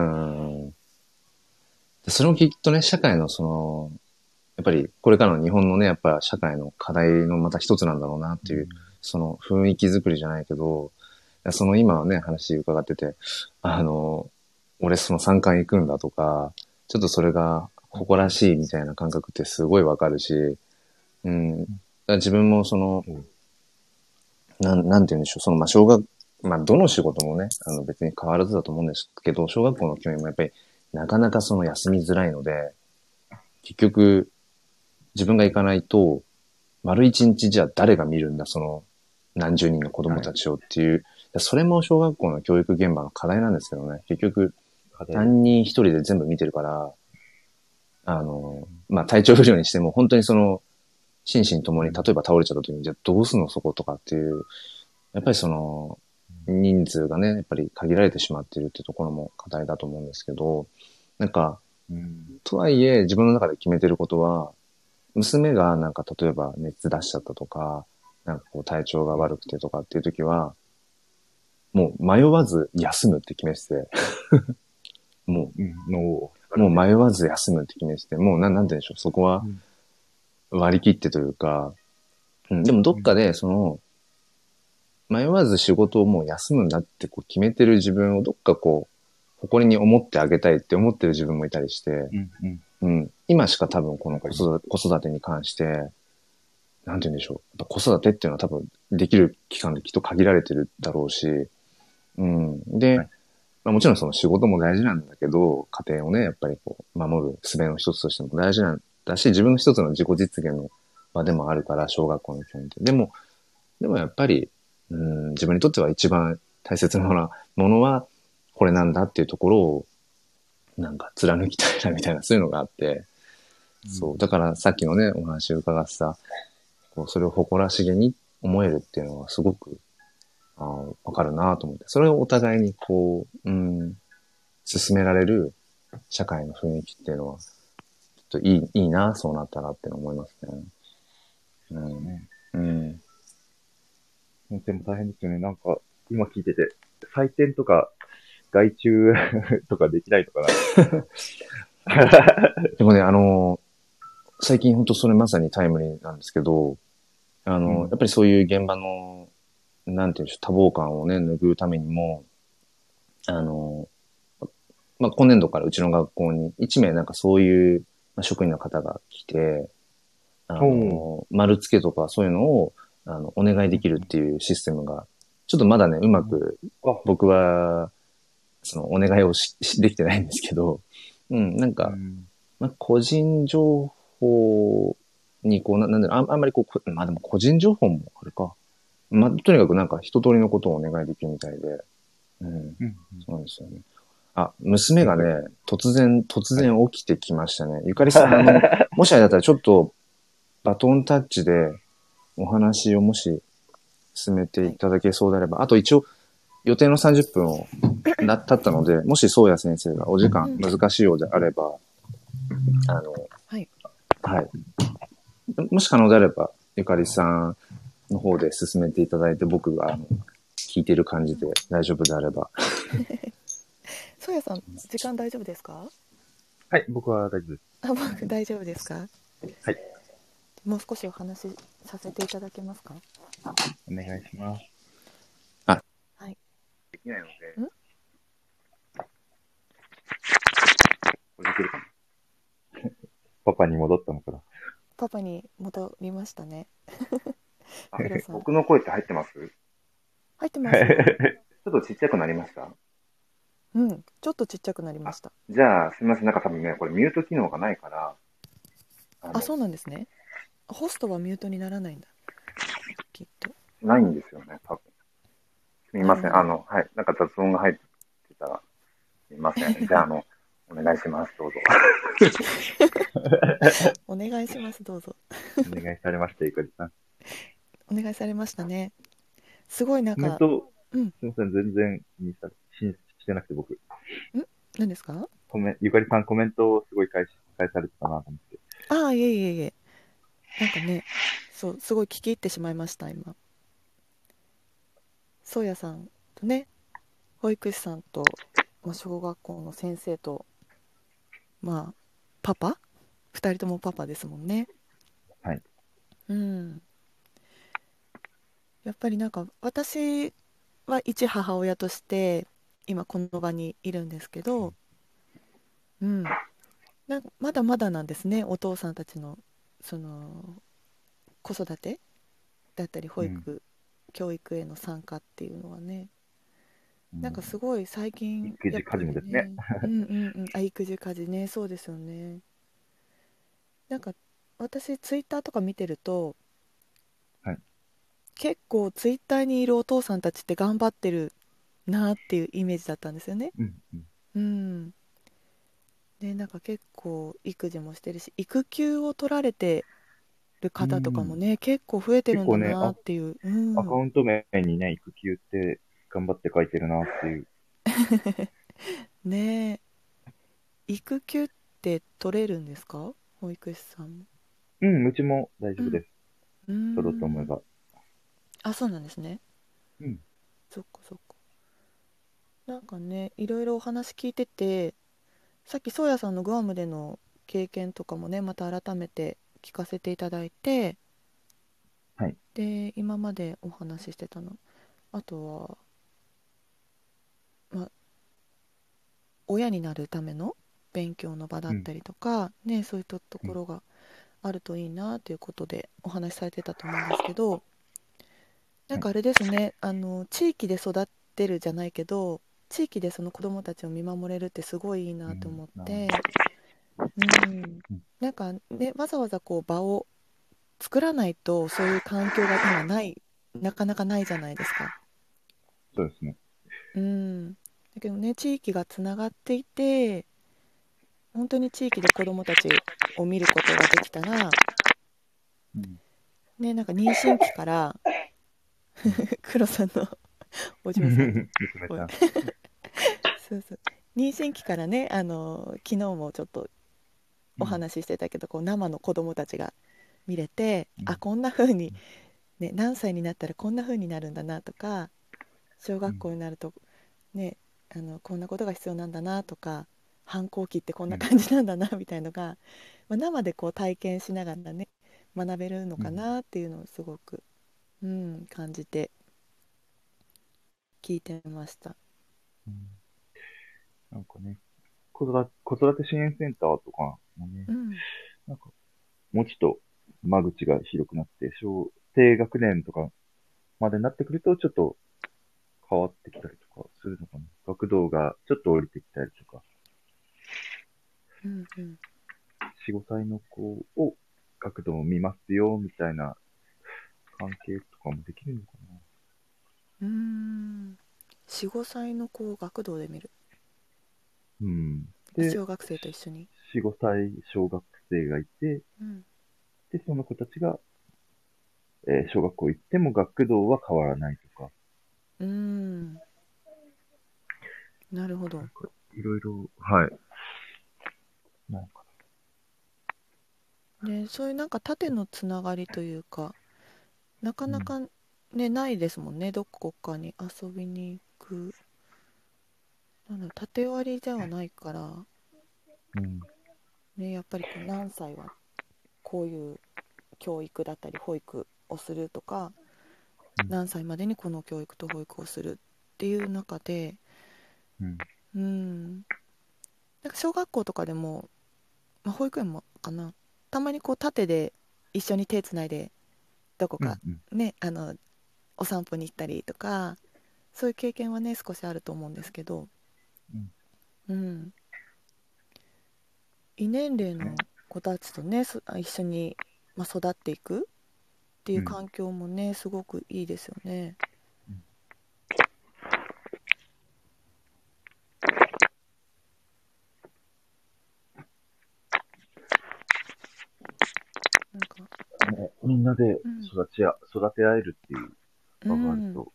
でそれもきっとね、社会のその、やっぱりこれからの日本のね、やっぱ社会の課題のまた一つなんだろうなっていう、 うん。 その雰囲気作りじゃないけど、その今ね、話伺ってて、あの、俺その参観行くんだとか、ちょっとそれが誇らしいみたいな感覚ってすごいわかるし、うん。だから自分もその、 うん。 なん、なんて言うんでしょう、その、まあ、小学、まあ、どの仕事もね、あの別に変わらずだと思うんですけど、小学校の教員もやっぱりなかなかその休みづらいので、結局自分が行かないと、丸一日じゃあ誰が見るんだ、その何十人の子供はい。 たちをっていう、それも小学校の教育現場の課題なんですけどね、結局課題ですね。 担任一人で全部見てるから、あの、まあ、体調不良にしても本当にその、心身ともに例えば倒れちゃった時に、じゃあどうすんのそことかっていう、やっぱりその、人数がね、やっぱり限られてしまっているっていうところも課題だと思うんですけど、なんか、 うん。 とはいえ自分の中で決めてることは、娘がなんか例えば熱出しちゃったとか、なんかこう体調が悪くてとかっていう時は、もう迷わず休むって決めてて、もうん。の、 う、もう迷わず休むって決めてて、もうなん、なんて言うんでしょう、そこはうん。 割り切ってというか、うん、でもどっかでその、迷わず仕事をもう休むんだってこう決めてる自分をどっかこう、誇りに思ってあげたいって思ってる自分もいたりして、 うん。うん。 うん、今しか多分このわかります。 子育て子育てに関して、なんて言うんでしょう。やっぱ子育てっていうのは多分できる期間できっと限られてるだろうし、うん。で、 はい。 まあ、もちろんその仕事も大事なんだけど、家庭をね、やっぱりこう、守る術の一つとしても大事なんだし、自分の一つの自己実現の場でもあるから、小学校の教員って。でも、でもやっぱり、うん、自分にとっては一番大切なものは、これなんだっていうところを、なんか貫きたいなみたいな、そういうのがあって、 うん。 そう。だからさっきのね、お話を伺ってた、こう、それを誇らしげに思えるっていうのはすごく、あーわかるなと思って。それをお互いにこう、うん、進められる社会の雰囲気っていうのは、ちょっといい、いいな、そうなったらって思いますね。うん。 ね。 うん。 先生も大変ですよね。なんか、今聞いてて、採点とか、外注とかできないのかな。 でもね、あの、最近本当それまさにタイムリーなんですけど、あの、やっうん。 ぱりそういう現場の、なんていうんでしょう、多忙感をね、拭うためにも、あの、まあ、今年度からうちの学校にいち名なんかそういうまあ職員の方が来て、あおー。 の、丸付けとかそういうのを、あの、お願いできるっていうシステムが、ちょっとまだね、うまくあ、 僕は、その、お願いをし、しできてないんですけど、うん、なんか、 うん。 まあ、個人情報に、こう、な、なんだろう、あんあんまりこうこ、まあでも個人情報もあれか。まあ、とにかくなんか一通りのことをお願いできるみたいで、うん、 うん。 そうなんですよね。あ、娘がね、突然、突はい。 然起きてきましたね。ゆかりさん、あの、もしあれだったらちょっとバトンタッチでお話をもし進めてはい。 いただけそうであれば、あと一応予定のさんじゅっぷんをな、経ったので、もし宗谷先生がお時間うん。 難しいようであれば、あの、 はい。 はい。もし可能であれば、ゆかりさんの方で進めていただいて、僕があの聞いてる感じで大丈夫であれば。 そうやさん、時間大丈夫ですか？ はい、僕は大丈夫です。 あ、僕大丈夫ですか？ はい、 もう少しお話しさせていただけますか？ お願いします。 あ、 はい。 できないので、 んこれできるかな。パパに戻ったのかな。 パパに戻りましたね。 あ、 黒さん。 僕の声って入ってます？ち入ってますよ。 ょっとちっちゃくなりました？ うん。ちょっとちっちゃくなりまあ、 した。 じゃあ、すみません。なんか多分ね、これミュート機能がないから、ああ、 の、 そうなんですね。ホストはミュートにならないんだ。きっと。 ないんですよね、多分。すみません。あなるほど。 の、はい。なんか雑音が入ってたら、すみません。じゃあ、あの、 お願いします、どうぞ。 お願いします、どうぞ。 お願いされました、ゆかりさん。 お願いされましたね。すごいなんか、 コメント、 うん、 すみません、全然気にさししてなくて僕。 ん何ですか？ コメゆかりさんコメントをすごい返し返されてたなと思って。 ああ、いえいえいえ。なんかね、そう、すごい聞き入ってしまいました、今。そうやさんとね、保育士さんと、まあ、小学校の先生と、まあ、パパ二人ともパパですもんね。 はい。 うん。やっぱりなんか、私は一母親として、今この場にいるんですけど、うん。なんかまだまだなんですね、お父さんたちの、その、子育てだったり、保うん。 育、教育への参加っていうのはね、なんかうん、 すごい最近、 育児家やっぱ事もですね。 りね、うんうんうん、あ、育児家事ね、そうですよね。なんか私、ツイッターとか見てると、 はい。 結構ツイッターにいるお父さんたちって頑張ってるなっていうイメージだったんですよね。 うん。うん。 うん。で、なんか結構育児もしてるし、育休を取られてるう方とかもん、 ね、結構増えてるんだ結構ね、あ、 なっていう。うアカん。 ウント名にね、育休って頑張って書いてるなっていう。 ねえ、育休って取れるんですか？保育士さんも。 うん、うちも大うん。 丈夫です。 うー取ろうと思えん。 ば。 あ、そうなんですね。 うん。 そっかそっか。なんかね、いろいろお話聞いてて、さっき宗谷さんのグアムでの経験とかもね、また改めて聞かせていただいて、 はい。 で、今までお話ししてたの、あとは、まあ、親になるための勉強の場だうん。 ったりとか、ね、そういったとうん。 ころがあるといいなということでお話しされてたと思うんですけど、なんはい。 かあれですね、あの、地域で育ってるじゃないけど、地域でその子どもたちを見守れるってすごいいいうん。 なと思っなて、うん、 うん。 なんかね、わざわざこう場を作らないとそういう環境が今ない、なかなかないじゃないですか。 そうですね。 うん。だけどね、地域がつながっていて、本当に地域で子どもたちを見ることができたら、 うん。 ね、なんか妊娠期から、 うん。 黒さんのお嬢さんの声、 娘さん。 そうそう、妊娠期からね、あの、昨日もちょっとおうん。 話ししてたけど、こう生の子どもたちが見れて、あ、 うん。 こんな風に、ね、何歳になったらこんな風になるんだなとか、小学うん。 校になるとね、あのこんなことが必要なんだなとか、反抗期ってこんうん。 な感じなんだなみたいのが、まあ、生でこう体験しながらね、学べるのかうん。 なっていうのをすごく、うん、感じて聞いてました。 うん、なんかね、子育て、子育て支援センターとかもね、 うん、 なんか、もうちょっと間口が広くなって、小、低学年とかまでになってくると、ちょっと変わってきたりとかするのかな。学童がちょっと降りてきたりとか、 うんうんよん、ごさいの子を学童を見ますよ、みたいな関係とかもできるのかな。 うーん、よん、ごさいの子を学童で見る。 うん。で、 小学生と一緒に。 よん、ごさい小学生がいて、 うん、 で、その子たちが、えー小学校行っても学童は変わらないとか、 うーん、なるほど。 なんか、いろいろ、はい。なんか、 で、そういうなんか縦のつながりというか、なかうん。 なかね、ないですもんね、どこかに遊びに行く。なんだろう、縦割りではないから、 うん。 ね、やっぱりこう何歳はこういう教育だったり保育をするとか、何歳までにこの教育と保育をするっていう中で、 うん。 うん、なんか小学校とかでも、まあ、保育園もかな、たまにこう縦で一緒に手つないでどこうん。 かうん。 ね、あのお散歩に行ったりとか、そういう経験はね少しあると思うんですけど、 うん。 うん、異年齢ね。 の子たちとねそ一緒に、まあ、育っていくっていううん。 環境もねすごくいいですよね。 うん。 なでうん育ちや、育てられるっていうう場があるんと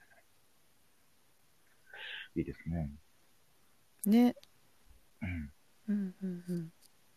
いいですね。 ねうん。 うんうんうん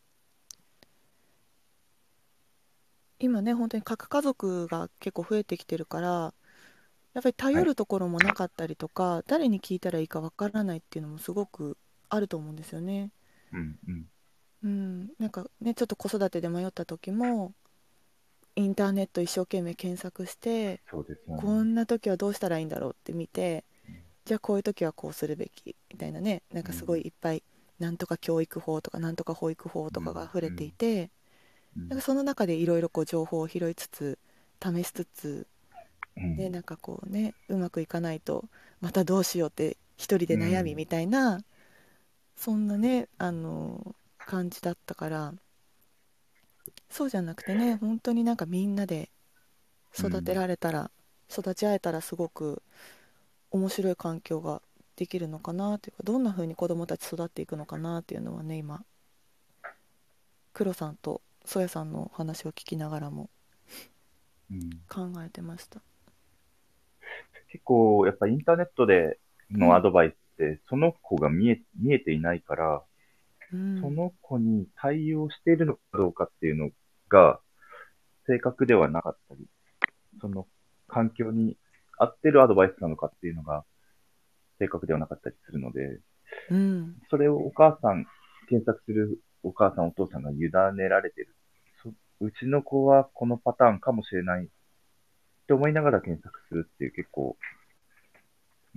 今ね本当に核家族が結構増えてきてるから、やっぱりはい。 頼るところもなかったりとか、誰に聞いたらいいかわからないっていうのもすごくあると思うんですよね。 うん、うん。 うん、なんかねちょっと子育てで迷った時もインターネット一生懸命検索して、 そうですよね。 こんな時はどうしたらいいんだろうって見て、じゃあこういう時はこうするべきみたいなね、なんかすごいうん、 いっぱいなんとか教育法とかなんとか保育法とかうん、 が溢れうん、 ていて、 うん、 なんかその中でいろいろこう情報を拾いつつ試しつつ、でうん、 なんかこうねうまくいかないとまたどうしようって一人でうん。 悩みみたいな、そんなねあの感じだったから、そうじゃなくてね本当になんかみんなで育てうん。 られたら、育ち合えたらすごく面白い環境ができるのかなというか、どんな風に子どもたち育っていくのかなっていうのはね、今黒さんとソヤさんのお話を聞きながらもうん。 考えてました。 結構、やっぱインターネットでうんのアドバイスって、その子が見え、見えていないから、 うんその子に対応しているのかどうかっていうのが正確ではなかったり、その環境に合ってるアドバイスなのかっていうのが正確ではなかったりするので、 うんそれをお母さん、検索するお母さん、お父さんが委ねられてる。そうちの子はこのパターンかもしれないって思いながら検索するっていう結構、うん、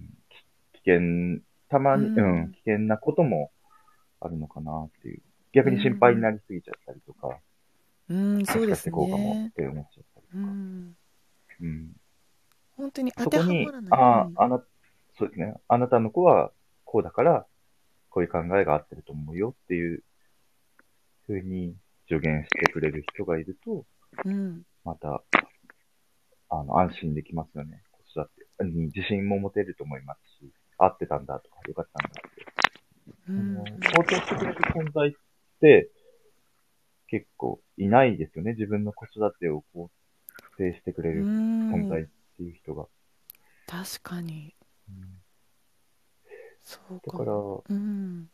き危険、たまうに、うん、 ん危険なこともあるのかなっていう。逆うに心配にんなりすぎちゃったりとか、 うんもしかしそうですてこうかもね。 って思っちゃったりうとか。 んうん。 本当に当てそこに、 はまらない。うあんあ、あな、そうですね。あなたの子はこうだから、こういう考えが合ってると思うよっていうふうに助言してくれる人がいると、 うんまた、あの、安心できますよね。子育てに自信も持てると思いますし、合ってたんだとか、よかったんだって。あの、 うん肯定してくれる存在って結構いないですよね。自分の子育てを肯定してくれうる存在っんていう人が。 確かにうんそうだから、 かも。 そうん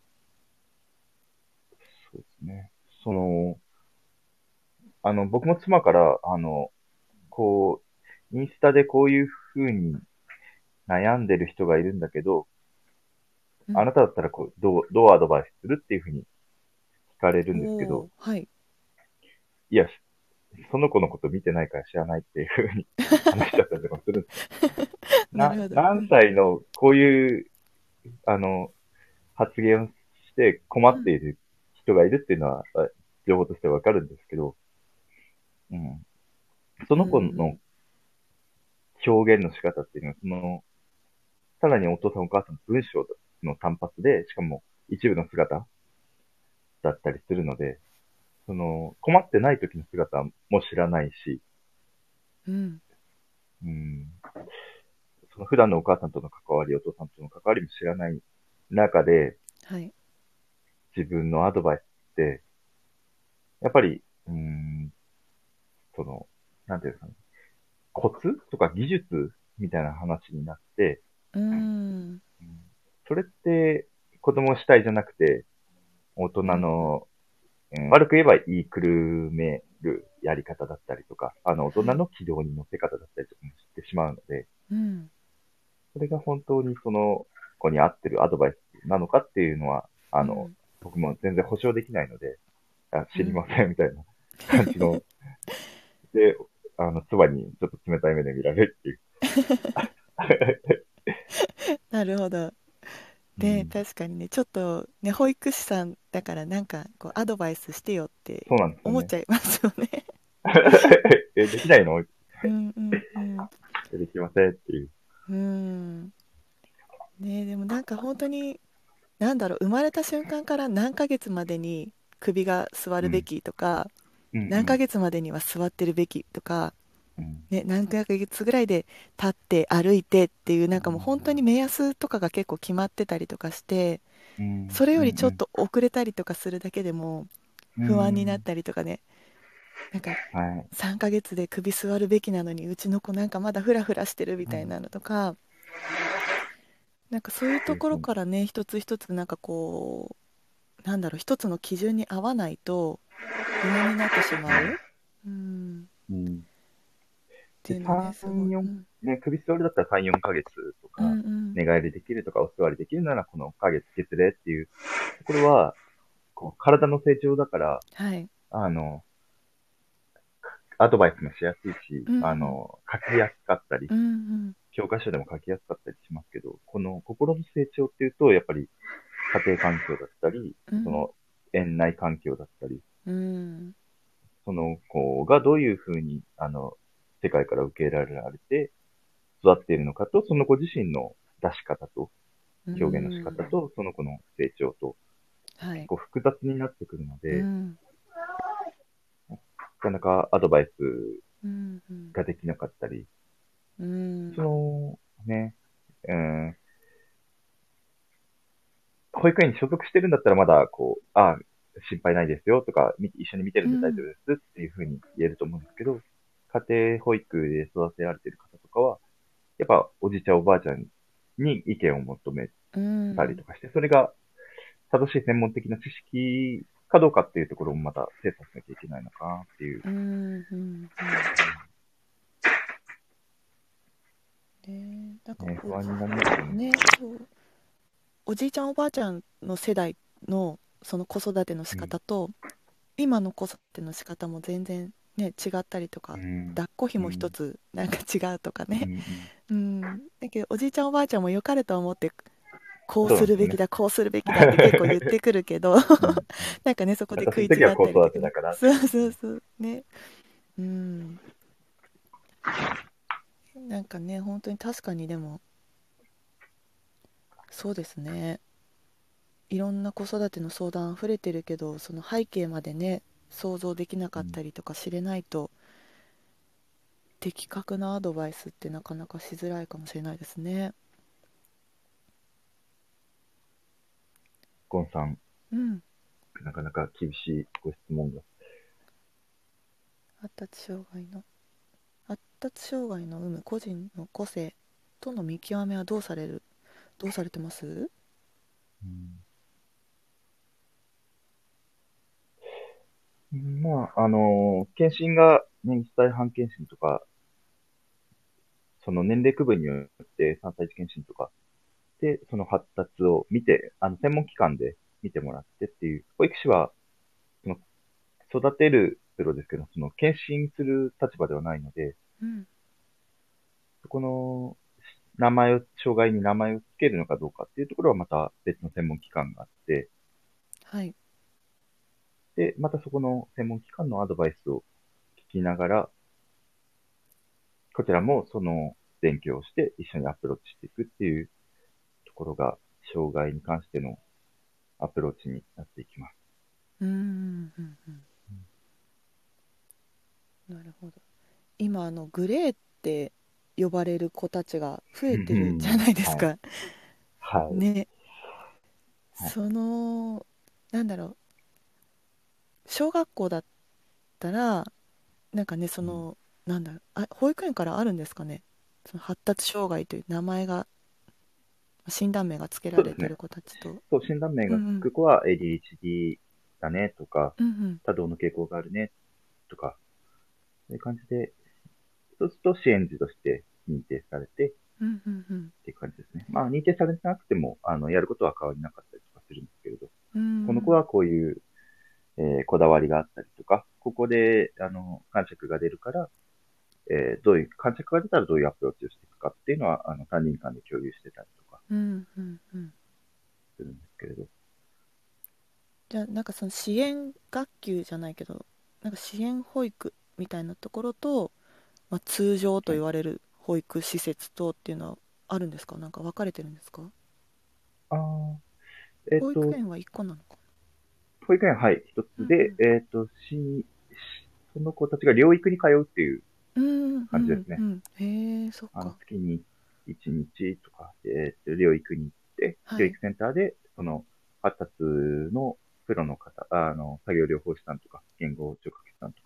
うですね。その、あの、僕も妻から、あの、こう、インスタでこういうふうに悩んでる人がいるんだけど、 うんあなただったらこう、どう、どうアドバイスするっていうふうに聞かれるおんですけど、 おはいいや、その子のこと見てないから知らないっていうふうに話しちゃったりとかするんですよ。な、 なるほど。う何ん歳のこういう、あの、発言をして困うんっている人がいるっていうのは、あ情報としてわかるんですけど、うん。そうんの子の表現の仕方っていうのは、その、さらにお父さんお母さんの文章の単発で、しかも一部の姿だったりするので、その、困ってない時の姿も知らないし、 うんうん、その普段のお母さんとの関わり、お父さんとの関わりも知らない中で、 はい自分のアドバイスって、やっぱり、うん、その、なんていうんですかね、コツとか技術みたいな話になって、 うんうんそれって子供主体じゃなくて、大人うんの、うん悪く言えば言いくるめるやり方だったりとか、あの、大人はいの軌道に乗せ方だったりとかもしてしまうので、 うんそれが本当にその子に合ってるアドバイスなのかっていうのは、あの、 うん僕も全然保証できないので、あ知りまうんせんみたいな感じの、で、あの、妻にちょっと冷たい目で見られるっていう。 なるほど。で、 うん、 確かにね、ちょっとね、保育士さんだからなんかこうアドバイスしてよってそうなんですよね。 思っちゃいますよね。 え、できないのうんうんうんできませんっていう。 うんね、でもなんか本当になんだろう、生まれた瞬間から何ヶ月までに首が座うん。 るべきとか、 うんう何ヶん。 月までには座ってるべきとか、 うん。 ね、何ヶ月ぐらいで立って歩いてっていうなんかもう本当に目安とかが結構決まってたりとかして、 うん。 それよりちょっうん。 と遅れたりとかするだけでもう不安になっん。 たりとかね、 なんかはい。 さんかげつで首座るべきなのにうちの子なんかまだフラフラしてるみはい。 たいなのとか、なんかそういうところそうですね。 からね、一つ一つなんかこう、なんだろう、一つの基準に合わないと不安になってしまう、うん、 うん。うん。で、 っていうのね、すごさん、 い。 よん、 うん、 ね、首座りだったらさん、よんかげつとうん、うか、 ん、 寝返りできるとか、お座りできるならこの影つけてれっていうところは、こう、体の成長だから、 はい。 あの、アドバイスもしやすいし、 うん、うん、 あの、書きやすかったり、 うん、 教科書でも書きやすかったりしますけど、この心の成長っていうと、やっぱり家庭環境だったり、 うん、 その園内環境だったり、 うん、 その子がどういうふうに、あの、世界から受け入れられて育っているのかと、その子自身の出し方と、 う表現の仕方ん、 と、その子の成長と、 はい。 結構複雑になってくるので、 うん、 なかなかアドバイスうん、うん、 ができなかったり、 うん、 その、ね、うん、保育園に所属してるんだったらまだ、こう、ああ、心配ないですよとか、み一緒に見てるんで大丈夫ですっていうふうに言えると思うんですけど、家庭保育で育てられてる方とかは、やっぱおじいちゃんおばあちゃんに意見を求めうん、 たりとかして、それが正しい専門的な知識かどうかっていうところもまた精査しなきゃいけないのかなっていう。 うん、うん、うん。ね、なんかね、 お、 不安になりますよね。 ね、そう、おじいちゃんおばあちゃんの世代のその子育ての仕うん。 方と今の子育ての仕方も全然ね違ったりとか、 うん。 抱っこひも一うん。 つなんか違うとかね、 うん。 うん、だけどおじいちゃんおばあちゃんも良かれと思ってこうそうなんですよね。 するべきだこうするべきだって結構言ってくるけどうん。 なんかねそこで食い私の時は違ったりと子育かね、 てだからって。 そうそうそうね、うん、なんかね本当に確かにでもそうですね、いろんな子育ての相談溢れてるけどその背景までね想像できなかうん。 ったりとか知れないと的確なアドバイスってなかなかしづらいかもしれないですね。 ゴンさん、 うん。 なかなか厳しいご質問が。 発達障害の発達障害の有無個人の個性との見極めはどうされるどうされてます？ うん、まあ、あのー検診が、ね、いっさいはん検診とか、その年齢区分によってさんさい児検診とかで、その発達を見て、あの、専門機関で見てもらってっていう、保育士は、その、育てるプロですけど、その、検診する立場ではないので、 うん。 そこの、名前を、障害に名前をつけるのかどうかっていうところはまた別の専門機関があって、 はい。 で、またそこの専門機関のアドバイスを聞きながら、こちらもその勉強をして一緒にアプローチしていくっていうところが、障害に関してのアプローチになっていきます。 うーん、うん、うん。なるほど。今あのグレーって呼ばれる子たちが増うえてるじゃん。 ないですはい。 か。 はい。 ね。 はい。 そのなんだろう、小学校だったらなんかねそうん。 のなんだろう、あ、保育園からあるんですかね、その発達障害という名前が診断名がつけらそうですね。 れてる子たちと。 そう、診断名がつうんうんく子は エーディーエイチディー だねとか、 うんうん多動の傾向があるねとか、そういう感じで、そうすると支援児として認定されてっうんうんうんていう感じですね。まあ、認定されてなくても、あの、やることは変わりなかったりとかするんですけれど、 うん、 この子はこういう、えーこだわりがあったりとか、ここで、あの、感触が出るから、えーどういう、感触が出たらどういうアプローチをしていくかっていうのは、あの、担任間で共有してたりとかうんうんうん。 するんですけれど。 じゃあなんかその支援学級じゃないけどなんか支援保育みたいなところと、まあ、通常とはい。 言われる保育施設とっていうのはあるんですか？なんか分かれてるんですか？ ああ、えっと、 保育園はいっこなのか保育園は、はい、一な。うつで、えっと、し、その子たちが療育に通うっていうんうんう感じですね。 んうん。へえ、そっあの、 か。 月にいちにちとか、えっと、療育に行って、 はい。 療育センターで、その、発達のプロの方、あの、作業療法士さんとか、言語聴覚士さんとか、 う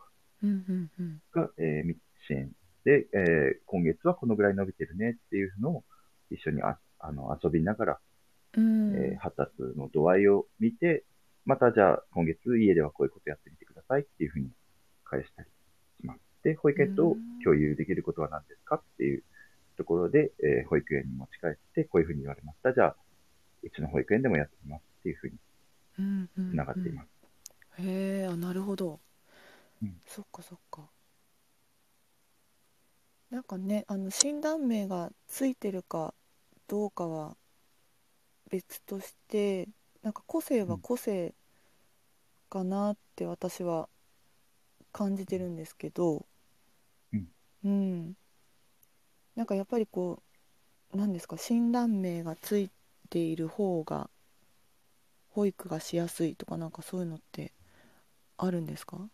うんうんうんが、えー支援で、えー今月はこのぐらい伸びてるねっていうのを一緒にああの遊びながら、 うえーん発達の度合いを見て、またじゃあ今月家ではこういうことやってみてくださいっていうふうに返したりします。で、保う育園とん共有できることは何ですかっていうところで、えー保育園に持ち帰って、こういうふうに言われました。じゃあ、うちの保育園でもやってみますっていうふうにうんうつなんうん。 がっています。 へえ、あ、なるほど。 うん。 そっかそっか。なんかね、あの診断名がついてるかどうかは別として、なんか個性はうん。 個性かなって私は感じてるんですけど、 うん。 うん、なんかやっぱりこう、なんですか、診断名がついている方が保育がしやすいとか、なんかそういうのってあるんですか？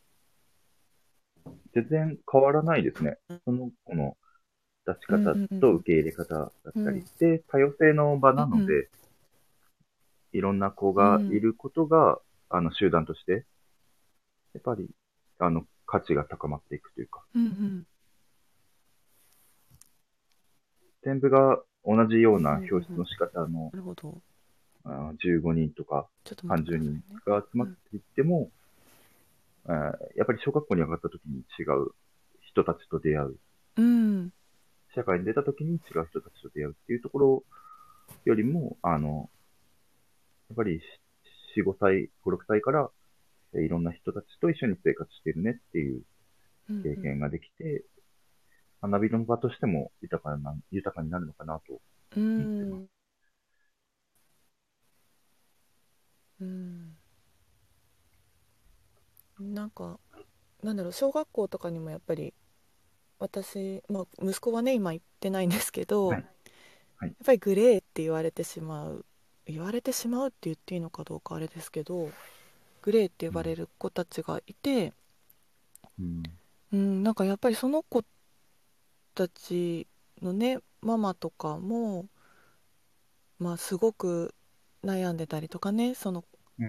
全然変わらないですね。その子の出しうん方うんうんと受け入れ方だったり。 うんで、多様性の場うんうんなので、いろんな子がいうんることが、あの、集団として、やっぱり、あの、価値が高まっていくというか、 うんうん全部が同じようほうなほうほうほう。 表出の仕方の、 なるほど。 あじゅうごにんとかちょっと待ってく 30 ださい人ね。 が集まっうんていっても、あやっぱり小学校に上がった時に違う人たちと出会う。 うん社会に出た時に違う人たちと出会うっていうところよりも、あの、やっぱりよん、ごさい、ご、ろくさいからいろんな人たちと一緒に生活してるねっていううんうん経験ができて、学びの場としても豊かな、豊かになるのかなとう思ってます。 んうん。なんかなんだろう、小学校とかにもやっぱり私、まあ、息子はね今行ってないんですけど、やっはい。はい。 ぱりグレーって言われてしまう言われてしまうって言っていいのかどうかあれですけど、グレーって呼うん。 ばれる子たちがいて、 うん。 うん、なんかやっぱりその子たちのねママとかも、まあ、すごく悩んでたりとかね、そのうん。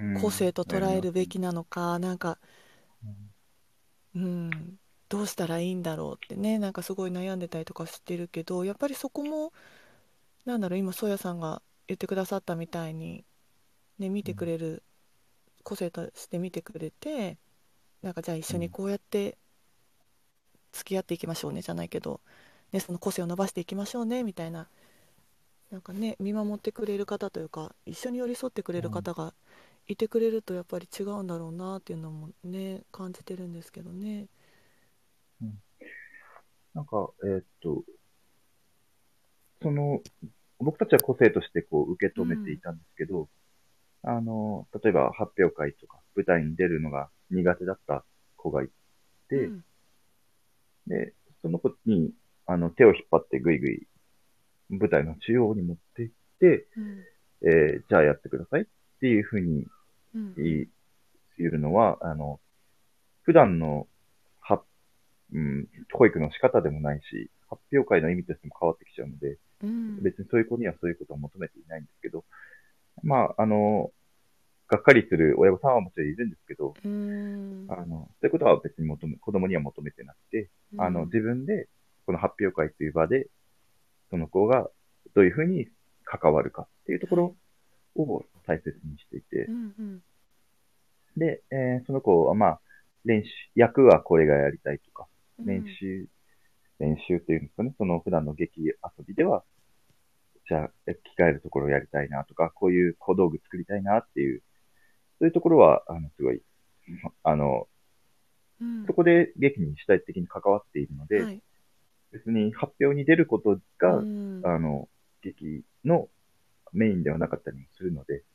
個性と捉え悩みますね。 るべきなのか、なんか、 うん。 うん、どうしたらいいんだろうってね、なんかすごい悩んでたりとかしてるけど、やっぱりそこもなんだろう、今ソヤさんが言ってくださったみたいに、ね、見てくれる、個性として見てくれて、なんかじゃあ一うん。 緒にこうやって付き合っていきましょうねじゃないけど、ね、その個性を伸ばしていきましょうねみたいな、なんかね、見守ってくれる方というか一緒に寄り添ってくれるうん。 方がいてくれるとやっぱり違うんだろうなっていうのもね感じてるんですけどね。 うん。なんか、えーっと、その、僕たちは個性としてこう受け止めていうんたんですけど、あの、例えば発表会とか舞台に出るのが苦手だった子がいて、 うんで、その子に、あの、手を引っ張ってぐいぐい舞台の中央に持って行って、 うんえーじゃあやってくださいっていうふうにうんうん言えるのは、あの、普段のは、うん、保育の仕方でもないし、発表会の意味としても変わってきちゃうので、 うん別にそういう子にはそういうことを求めていないんですけど、まあ、あの、がっかりする親御さんはもちろんいるんですけど、 うんあの、そういうことは別に求め、子供には求めてなくて、あの、 うん自分で、この発表会という場で、その子がどういうふうに関わるかっていうとこはいろを大切にしていて、 うんうんで、えーその子はまあ、練習、役はこれがやりたいとか、練うん習、練習っていうんですかね、その普段の劇遊びでは、じゃあ、え着替えるところをやりたいなとか、こういう小道具作りたいなっていう、そういうところは、あの、すごい、あの、 うんそこで劇に主体的に関わっているので、 はい別に発表に出ることうが、 んあの、劇のメインではなかったりもするので、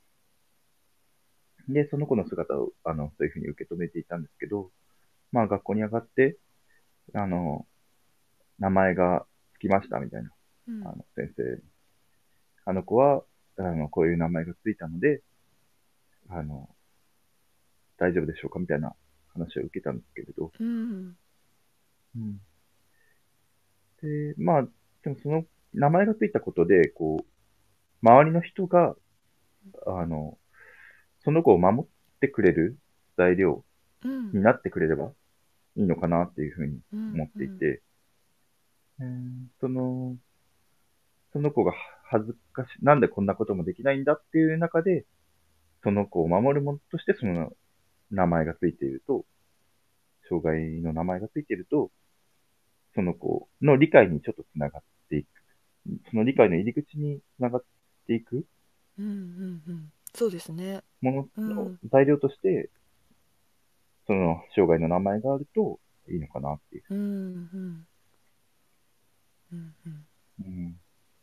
で、その子の姿を、あの、そういうふうに受け止めていたんですけど、まあ、学校に上がって、あの、名前がつきましたみたいな、 うんあの、先生に。あの子は、あの、こういう名前がついたので、あの、大丈夫でしょうかみたいな話を受けたんですけれど、 うんうん。で、まあ、でもその名前がついたことで、こう、周りの人が、あの、その子を守ってくれる材料うんになってくれれば、 いいのかなっていうふうにうん思っていて、うん、その、その子が恥ずかしい、なんでこんなこともできないんだっていう中で、その子を守るものとしてその名前がついていると、障害の名前がついていると、その子の理解にちょっとつながっていく。その理解の入り口につながっていくうんうんうん。そうですね。 もうののん材料として、その障害の名前があるといいのかなっていう。 うんうんうんうん。 うん、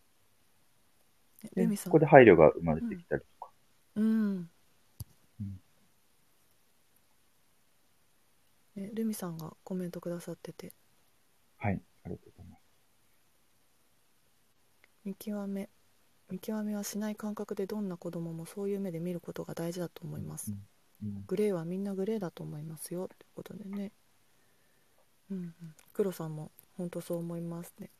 で、 ルミさん。 そこで配慮が生まれうん。 てきたりとか。 うん。 うん、 ね、ルミさんがコメントくださってて、 はい、ありがとうございます。 見極め、見極めはしない感覚でどんな子供もそういう目で見ることが大事だと思います。 うんうんグレーはみんなグレーだと思いますよ。ということでね。うんうん。黒さんも本当そう思いますね。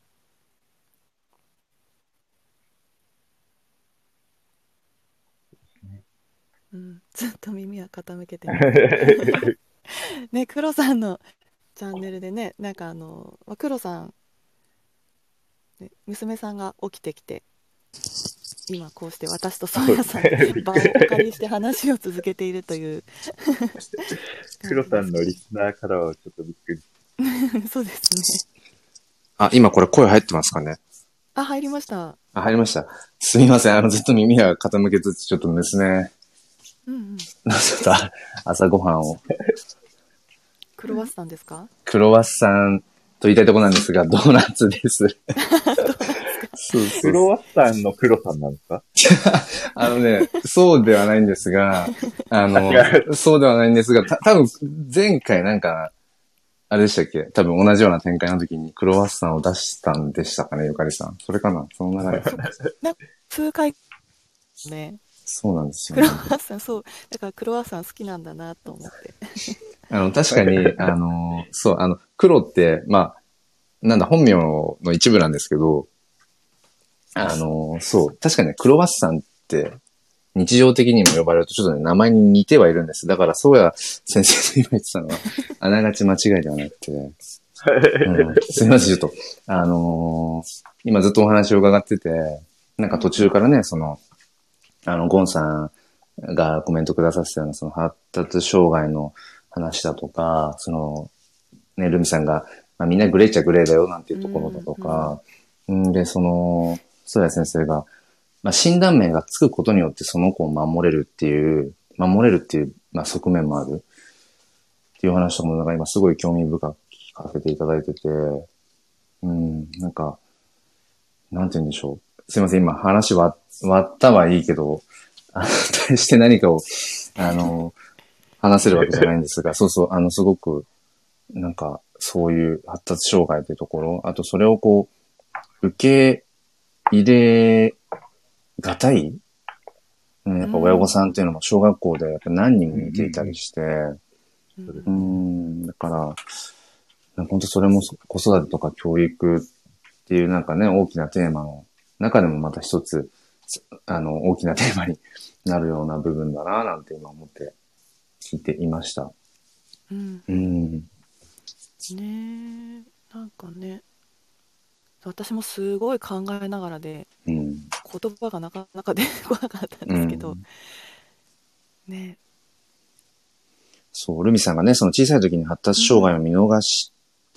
ね。 うん。ずっと耳は傾けてます。ね、黒さんのチャンネルでね、なんかあの、まあ黒さん、ね、娘さんが起きてきて、今こうして私とあ、そうで宗谷さんすね。びっ場をくり。 お借りして話を続けているという感黒じですけさんのリスナーからはちょっとびっくり。 どそうですね。 あ、今これ声入ってますかね？ あ、入りました。 あ、入りました。すみません。あの、ずっと耳が傾けつつ、ちょっと娘、 うんうん。 ちょっと朝ごはんを、 クロワッサンですか？ クロワッサンと言いたいところなんですが、ドーナツです。 どうなんですか？ そうそうそう。 クロワッサンの黒さんなんですか？ あのね、そうではないんですが、あの、 違う。 そうではないんですが、た多分前回なんか、あれでしたっけ？多分同じような展開の時にクロワッサンを出したんでしたかね、ゆかりさん。それかな？その流れ。 そなんか数回ね、 そうなんですよクロワね。 ッサン、そう、だからクロワッサン好きなんだなと思って。 あの、確かに、あの、そう、あの、黒って、まあ、なんだ、本名の一部なんですけど、あの、そう、確かにね、クロワッサンって、日常的にも呼ばれるとちょっとね、名前に似てはいるんです。だから、そうや先生と今言ってたのは、あながち間違いではなくて、うん、すみません、ちょっと、あのー今ずっとお話を伺ってて、なんか途中からね、その、あの、ゴンさんがコメントくださってたような、その発達障害の話だとか、その、ね、ルミさんが、まあ、みんなグレーっちゃグレーだよなんていうところだとか、うんで、その、そうや先生が、まあ、診断名がつくことによってその子を守れるっていう、守れるっていう、まあ、側面もあるっていう話とも、なんか今すごい興味深く聞かせていただいてて、うん、なんか、なんて言うんでしょう。すいません、今話割割ったはいいけど、あの、対して何かを、あの、話せるわけじゃないんですが、そうそう、あの、すごく、なんか、そういう発達障害というところ、あとそれをこう、受け入れがたい、うん、やっぱ親御さんっていうのも小学校でやっぱ何人もいていたりして、うーん、だから、本当それも子育てとか教育っていうなんかね、大きなテーマの中でもまた一つ、あの、大きなテーマになるような部分だな、なんて今思って聞いていました。 うん。 うん。 ねえ、なんかね、私もすごい考えながらで、 うん。 言葉がなかなか出てこなかったんうですけど、 ん。 ね。 そう、ルミさんがね、その小さい時に発達障害を見逃して、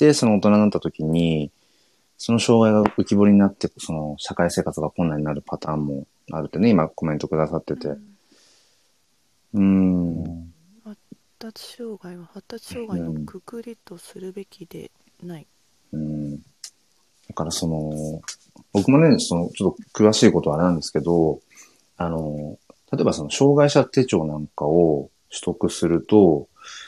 その大人になった時に、その障害が浮き彫りになって、その社会生活が困難になるパターンもあるってね、今コメントくださってて。うーん。 発達障害は発達障害のうんくくりとするべきでない。 うん。だからその、僕もね、その、ちょっと詳しいことはあれなんですけど、あの、例えばその、障害者手帳なんかを取得すると、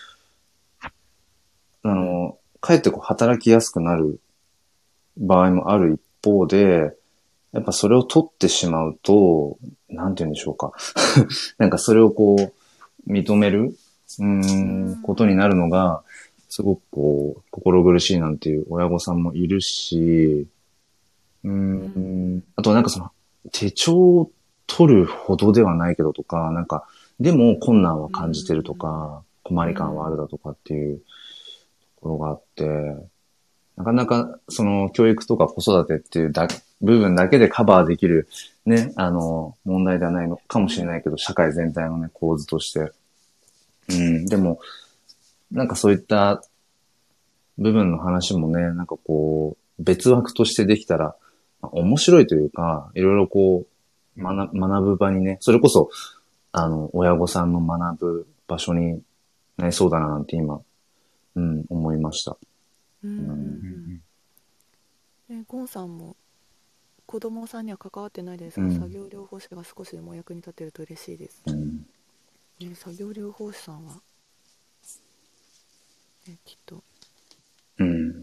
あの、かえってこう、働きやすくなる場合もある一方で、やっぱそれを取ってしまうと、なんて言うんでしょうか。なんかそれをこう、認める、うーん、ことになるのが、すごくこう、心苦しいなんていう親御さんもいるし、うーん、あとはなんかその、手帳を取るほどではないけどとか、なんか、でも困難は感じてるとか、困り感はあるだとかっていうとこころがあって、なかなかその教育とか子育てっていうだ部分だけでカバーできるね、あの、問題ではないのかもしれないけど、社会全体のね、構図として。うん、でも、なんかそういった部分の話もね、なんかこう、別枠としてできたら、面白いというか、いろいろこう、学、学ぶ場にね、それこそ、あの、親御さんの学ぶ場所になりそうだななんて今、うん、思いました。 うんうんううんん。でゴンさんも子供さんには関わってないですが、作うん。 業療法士が少しでもお役に立てると嬉しいです、 うん。 ね、作業療法士さんは、ね、きっとうん。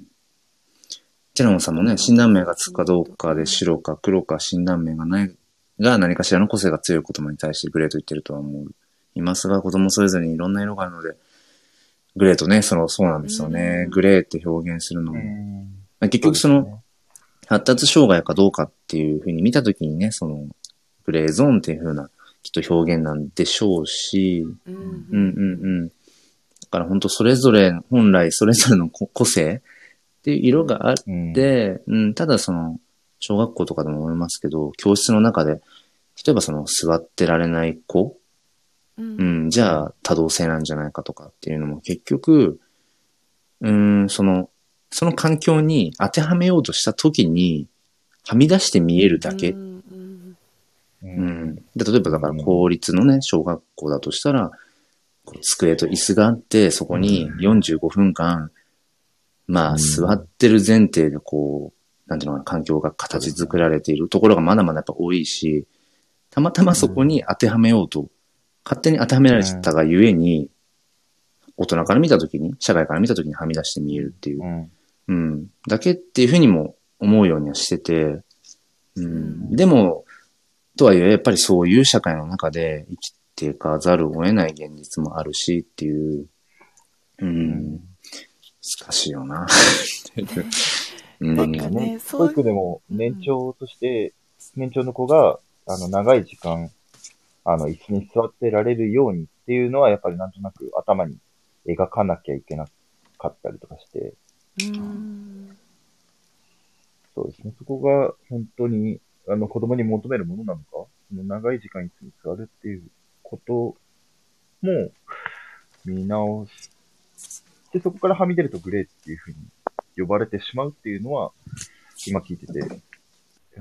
テラモンさんもね、診断名がつくかどうかでうん白か黒か診断名がないが何かしらの個性が強い子供に対してグレーと言ってるとは思いますが、子供それぞれにいろんな色があるので、グレーとね、その、そうなんですよね。グレーって表現するのうも。 ん。 結局その、発達障害かどうかっていうふうに見たときにね、その、グレーゾーンっていうふうな、きっと表現なんでしょうし、 うんうんうんうんうん。だから本当それぞれ、本来それぞれの個個性っていう色があっうん。 て、うん、ただその、小学校とかでも思いますけど、教室の中で、例えばその座ってられない子、 うんうん、じゃあ多動性なんじゃないかとかっていうのも結局、うーん、その、その環境に当てはめようとしたときに、はみ出して見えるうだけ。 んううん。で、例えばだから公立のね、小学校だとしたら、こう机と椅子があって、そこによんじゅうごふんかん、まあ、座ってる前提でこう、なんていうのかな、環境が形作られているところがまだまだやっぱ多いし、たまたまそこに当てはめようと、勝手に当てはめられたがゆえに、大人から見たときに、社会から見たときにはみ出して見えるっていう。 うん。 うん。だけっていうふうにも思うようにはしてて、ううんん。でも、とはいえ、やっぱりそういう社会の中で生きていかざるを得ない現実もあるしっていう、うん。難しいよな。うなんん。 かね、 ねそういう、 保育でも年うん長として、年長の子が、あの、長い時間、あの、椅子に座ってられるようにっていうのは、やっぱりなんとなく頭に描かなきゃいけなかったりとかして、 うんそうですね。そこが本当に、あの、子供に求めるものなのか、その長い時間椅子に座るっていうことも見直して、そこからはみ出るとグレーっていうふうに呼ばれてしまうっていうのは、今聞いてて、うん、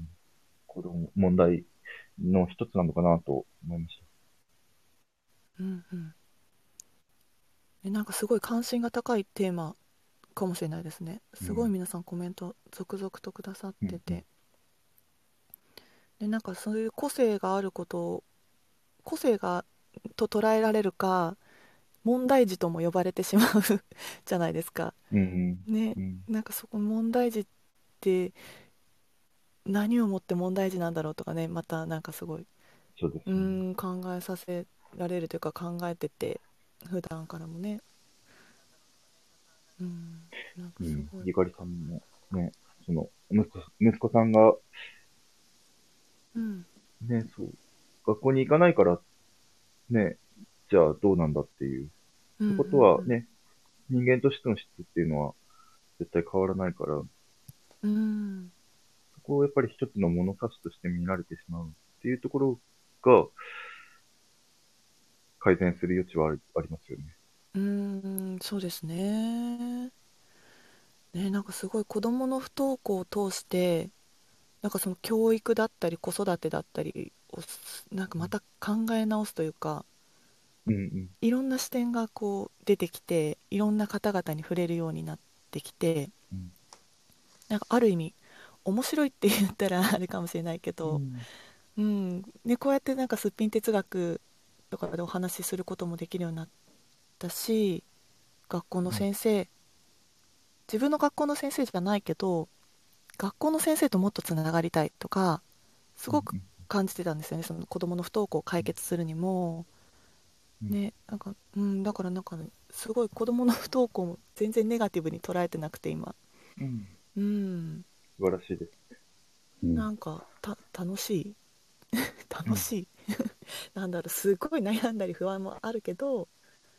子供、問題の一つなのかなと思いました。 うんうんね、なんかすごい関心が高いテーマかもしれないですね。すごい皆さんコメント続々とくださってて、でなんかそういう個性があることを個性がと捉えられるか問題児とも呼ばれてしまうじゃないですか。 うん、 ね、 うん、 なんかそこ問題児って何をもって問題児なんだろうとかね、またなんかすごいそうですうね。 ーん考えさせられるというか考えてて普段からもね、うん、なんかうん。 すごい、 ゆかりさんもね、その、息子、息子さんが、 うん、 ね、そう、学校に行かないから、ね、じゃあどうなんだっていう。 うんうってことんうんはね、人間としての質っていうのは絶対変わらないから、 うんそこをやっぱり一つの物差しとして見られてしまうっていうところが改善する余地はあり、ありますよね。 うーんそうですね。ね、なんかすごい子どもの不登校を通してなんかその教育だったり子育てだったりをなんかまた考え直すというか、 うんうんいろんな視点がこう出てきていろんな方々に触れるようになってきて、 うんなんかある意味面白いって言ったらあれかもしれないけど、 うんうんね、こうやってなんかすっぴん哲学とかでお話しすることもできるようになったし、学校の先生、自分の学校の先生じゃないけど学校の先生ともっとつながりたいとかすごくうん感じてたんですよね。その子どもの不登校を解決するにも、 うんね、なんか、うん、だからなんか、ね、すごい子どもの不登校も全然ネガティブに捉えてなくて今、 うん。 うん、 素晴らしいです。 うん。 なんかた楽しいうん楽しいなんだろう、すごい悩んだり不安もあるけど、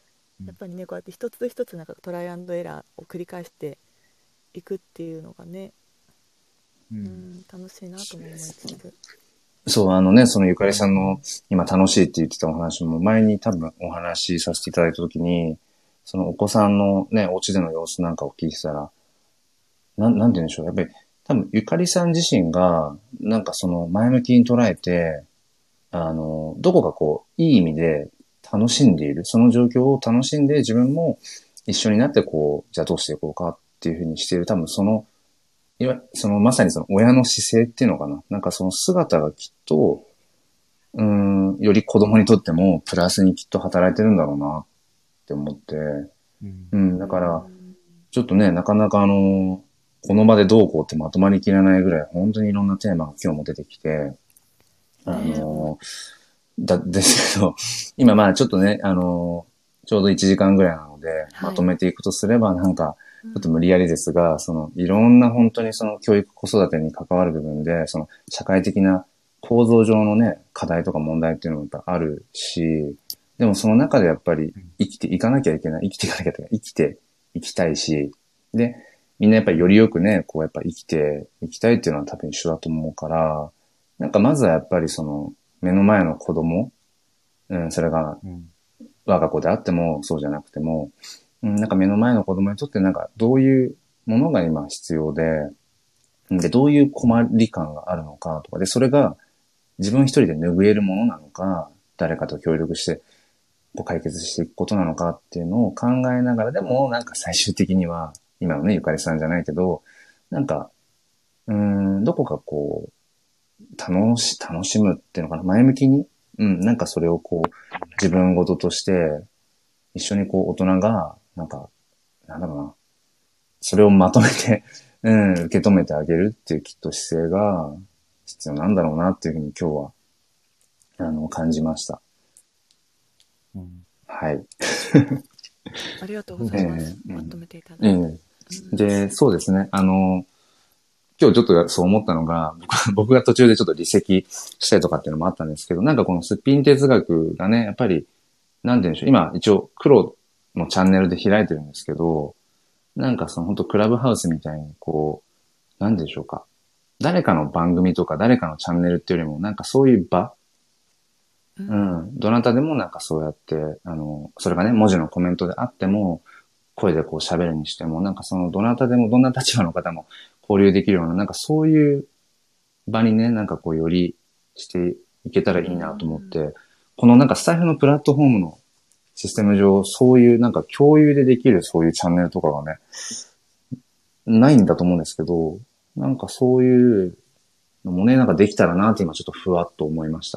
やっぱりねこうやって一つ一つなんかトライアンドエラーを繰り返していくっていうのがね、 う。 うんん、楽しいなと思います。 そう、あのね、そのゆかりさんの今楽しいって言ってたお話も前に多分お話しさせていただいたときに、そのお子さんのね、お家での様子なんかを聞いてたら、なん、なんて言うんでしょう。やっぱり多分ゆかりさん自身がなんかその前向きに捉えて、あの、どこかこう、いい意味で楽しんでいる。その状況を楽しんで自分も一緒になってこう、じゃあどうしていこうかっていうふうにしている。多分その、いわそのまさにその親の姿勢っていうのかな。なんかその姿がきっと、うーん、より子供にとってもプラスにきっと働いてるんだろうなって思って。 うん。 うん、だかうら、 んちょっとね、なかなかあの、この場でどうこうってまとまりきれないぐらい、本当にいろんなテーマが今日も出てきて、あねえ、 の、だ、ですけど、今まあちょっとね、あの、ちょうどいちじかんぐらいなので、まはい、 とめていくとすれば、なんか、 うんちょっと無理やりですが、その、いろんな本当にその教育子育てに関わる部分で、その、社会的な構造上のね、課題とか問題っていうのもやっぱあるし、でもその中でやっぱり生きていかなきゃいけない、生きていかなきゃいけない、生きていきたいし、で、みんなやっぱりよりよくね、こうやっぱ生きていきたいっていうのは多分一緒だと思うから、なんかまずはやっぱりその、目の前の子供、うん、それがうん。 我が子であってもそうじゃなくても、うん、なんか目の前の子供にとってなんかどういうものが今必要で、で、どういう困り感があるのかとか、で、それが自分一人で拭えるものなのか、誰かと協力してこう解決していくことなのかっていうのを考えながら、でもなんか最終的には、今のね、ゆかりさんじゃないけど、なんか、うーん、どこかこう、楽し、楽しむっていうのかな、前向きに、うん、なんかそれをこう、自分事として、一緒にこう、大人が、なんか、なんだろうな、それをまとめて、うん、受け止めてあげるっていうきっと姿勢が必要なんだろうなっていうふうに今日は、あの、感じました。 うん。 はい。 ありがとうございます。 ええまとめていただえいて。 えで、そうですね。あの、今日ちょっとそう思ったのが、僕僕が途中でちょっと離席したりとかっていうのもあったんですけど、なんかこのすっぴん哲学がね、やっぱり、なんて言うんでしょう。今、一応、黒のチャンネルで開いてるんですけど、なんかその本当クラブハウスみたいに、こう、なんでしょうか。誰かの番組とか誰かのチャンネルっていうよりも、なんかそういう場、 うんうん。どなたでもなんかそうやって、あの、それがね、文字のコメントであっても、声でこう喋るにしても、なんかそのどなたでも、どんな立場の方も交流できるような、なんかそういう場にね、なんかこうよりしていけたらいいなと思って、このなんかスタイフのプラットフォームのシステム上、そういうなんか共有でできるそういうチャンネルとかがね、ないんだと思うんですけど、なんかそういうのもね、なんかできたらなって今ちょっとふわっと思いました。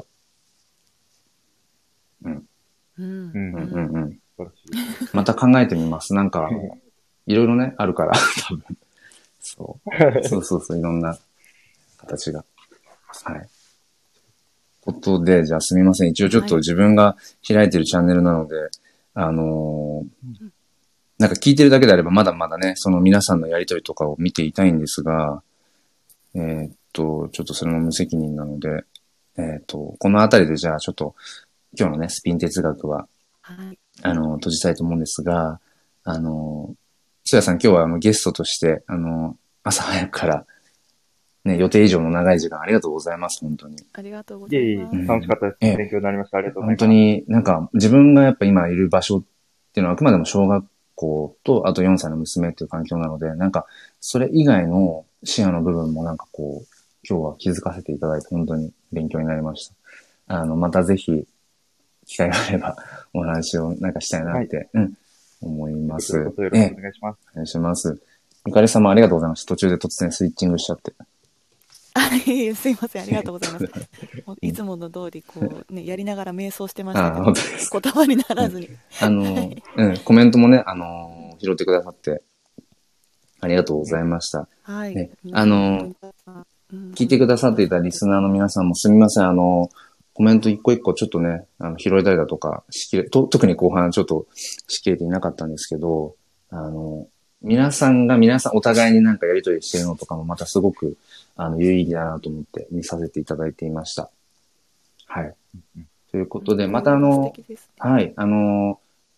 うん。 うんうん。 うんうんうん。 素晴らしい。 また考えてみます。なんか、いろいろね、あるから、多分。そう。そうそうそう、いろんな形が。はい。ことで、じゃあすみません。一応ちょっとはい、 自分が開いてるチャンネルなので、あのーなんか聞いてるだけであればまだまだね、その皆さんのやりとりとかを見ていたいんですが、えーっと、ちょっとそれも無責任なので、えーっと、このあたりでじゃあちょっと今日のね、スピン哲学は、 はい、 あの、閉じたいと思うんですが、あの、つやさん今日はあのゲストとして、あの、朝早くからね、予定以上の長い時間ありがとうございます、本当に。 ありがとうごいえいえ、 ざいます。 うん楽しかったです。 ええ勉強になりました。ありがとうござい本当ます。 になんか自分がやっぱ今いる場所っていうのはあくまでも小学校とあとよんさいの娘っていう環境なので、なんかそれ以外の視野の部分もなんかこう、今日は気づかせていただいて本当に勉強になりました。あの、またぜひ機会があればお話をなんかしたいなって、うん、思います。 こちらこそよろしくお願いします。 お願いします。ゆかりさんもありがとうございました。途中で突然スイッチングしちゃって。 あ、いえいえ、すいません、ありがとうございます。もういつもの通り、こう、ね、やりながら瞑想してましたああ、 けど、 本当ですか。 言葉にならずに。 あの、うん、コメントもね、あの、拾ってくださってありがとうございました。 はい。 ね、 皆さんあの本当に、うん、 聞いてくださっていたリスナーの皆さんもすみません。あの、コメント一個一個ちょっとね、あの、拾えたりだとか、しきれ、と、特に後半ちょっとしきれていなかったんですけど、あの、皆さんが皆さんお互いになんかやりとりしてるのとかもまたすごく、あの、有意義だなと思って見させていただいていました。はい。ということで、またあの、 素敵ですね。 はい、あの、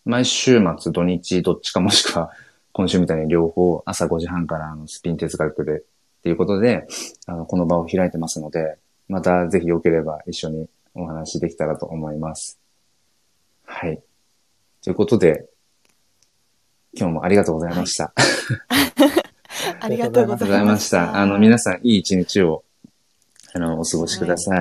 毎週末土日どっちかもしくは今週みたいに両方朝ごじはんからあのスピン哲学でっていうことで、あの、この場を開いてますので、またぜひよければ一緒にお話できたらと思います。はい。ということで、今日もありがとうございました。 ありがとうございました。 あの、皆さんいい一日を、あの、お過ごしください。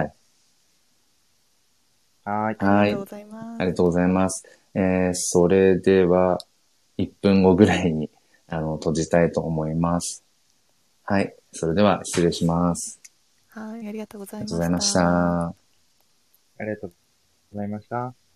はい。 ありがとうございます。 ありがとうございます。えー、それでは、いっぷんごぐらいに、あの、閉じたいと思います。はい。それでは、失礼します。 はい、ありがとうございました。 ありがとうございました。 ありがとうございました。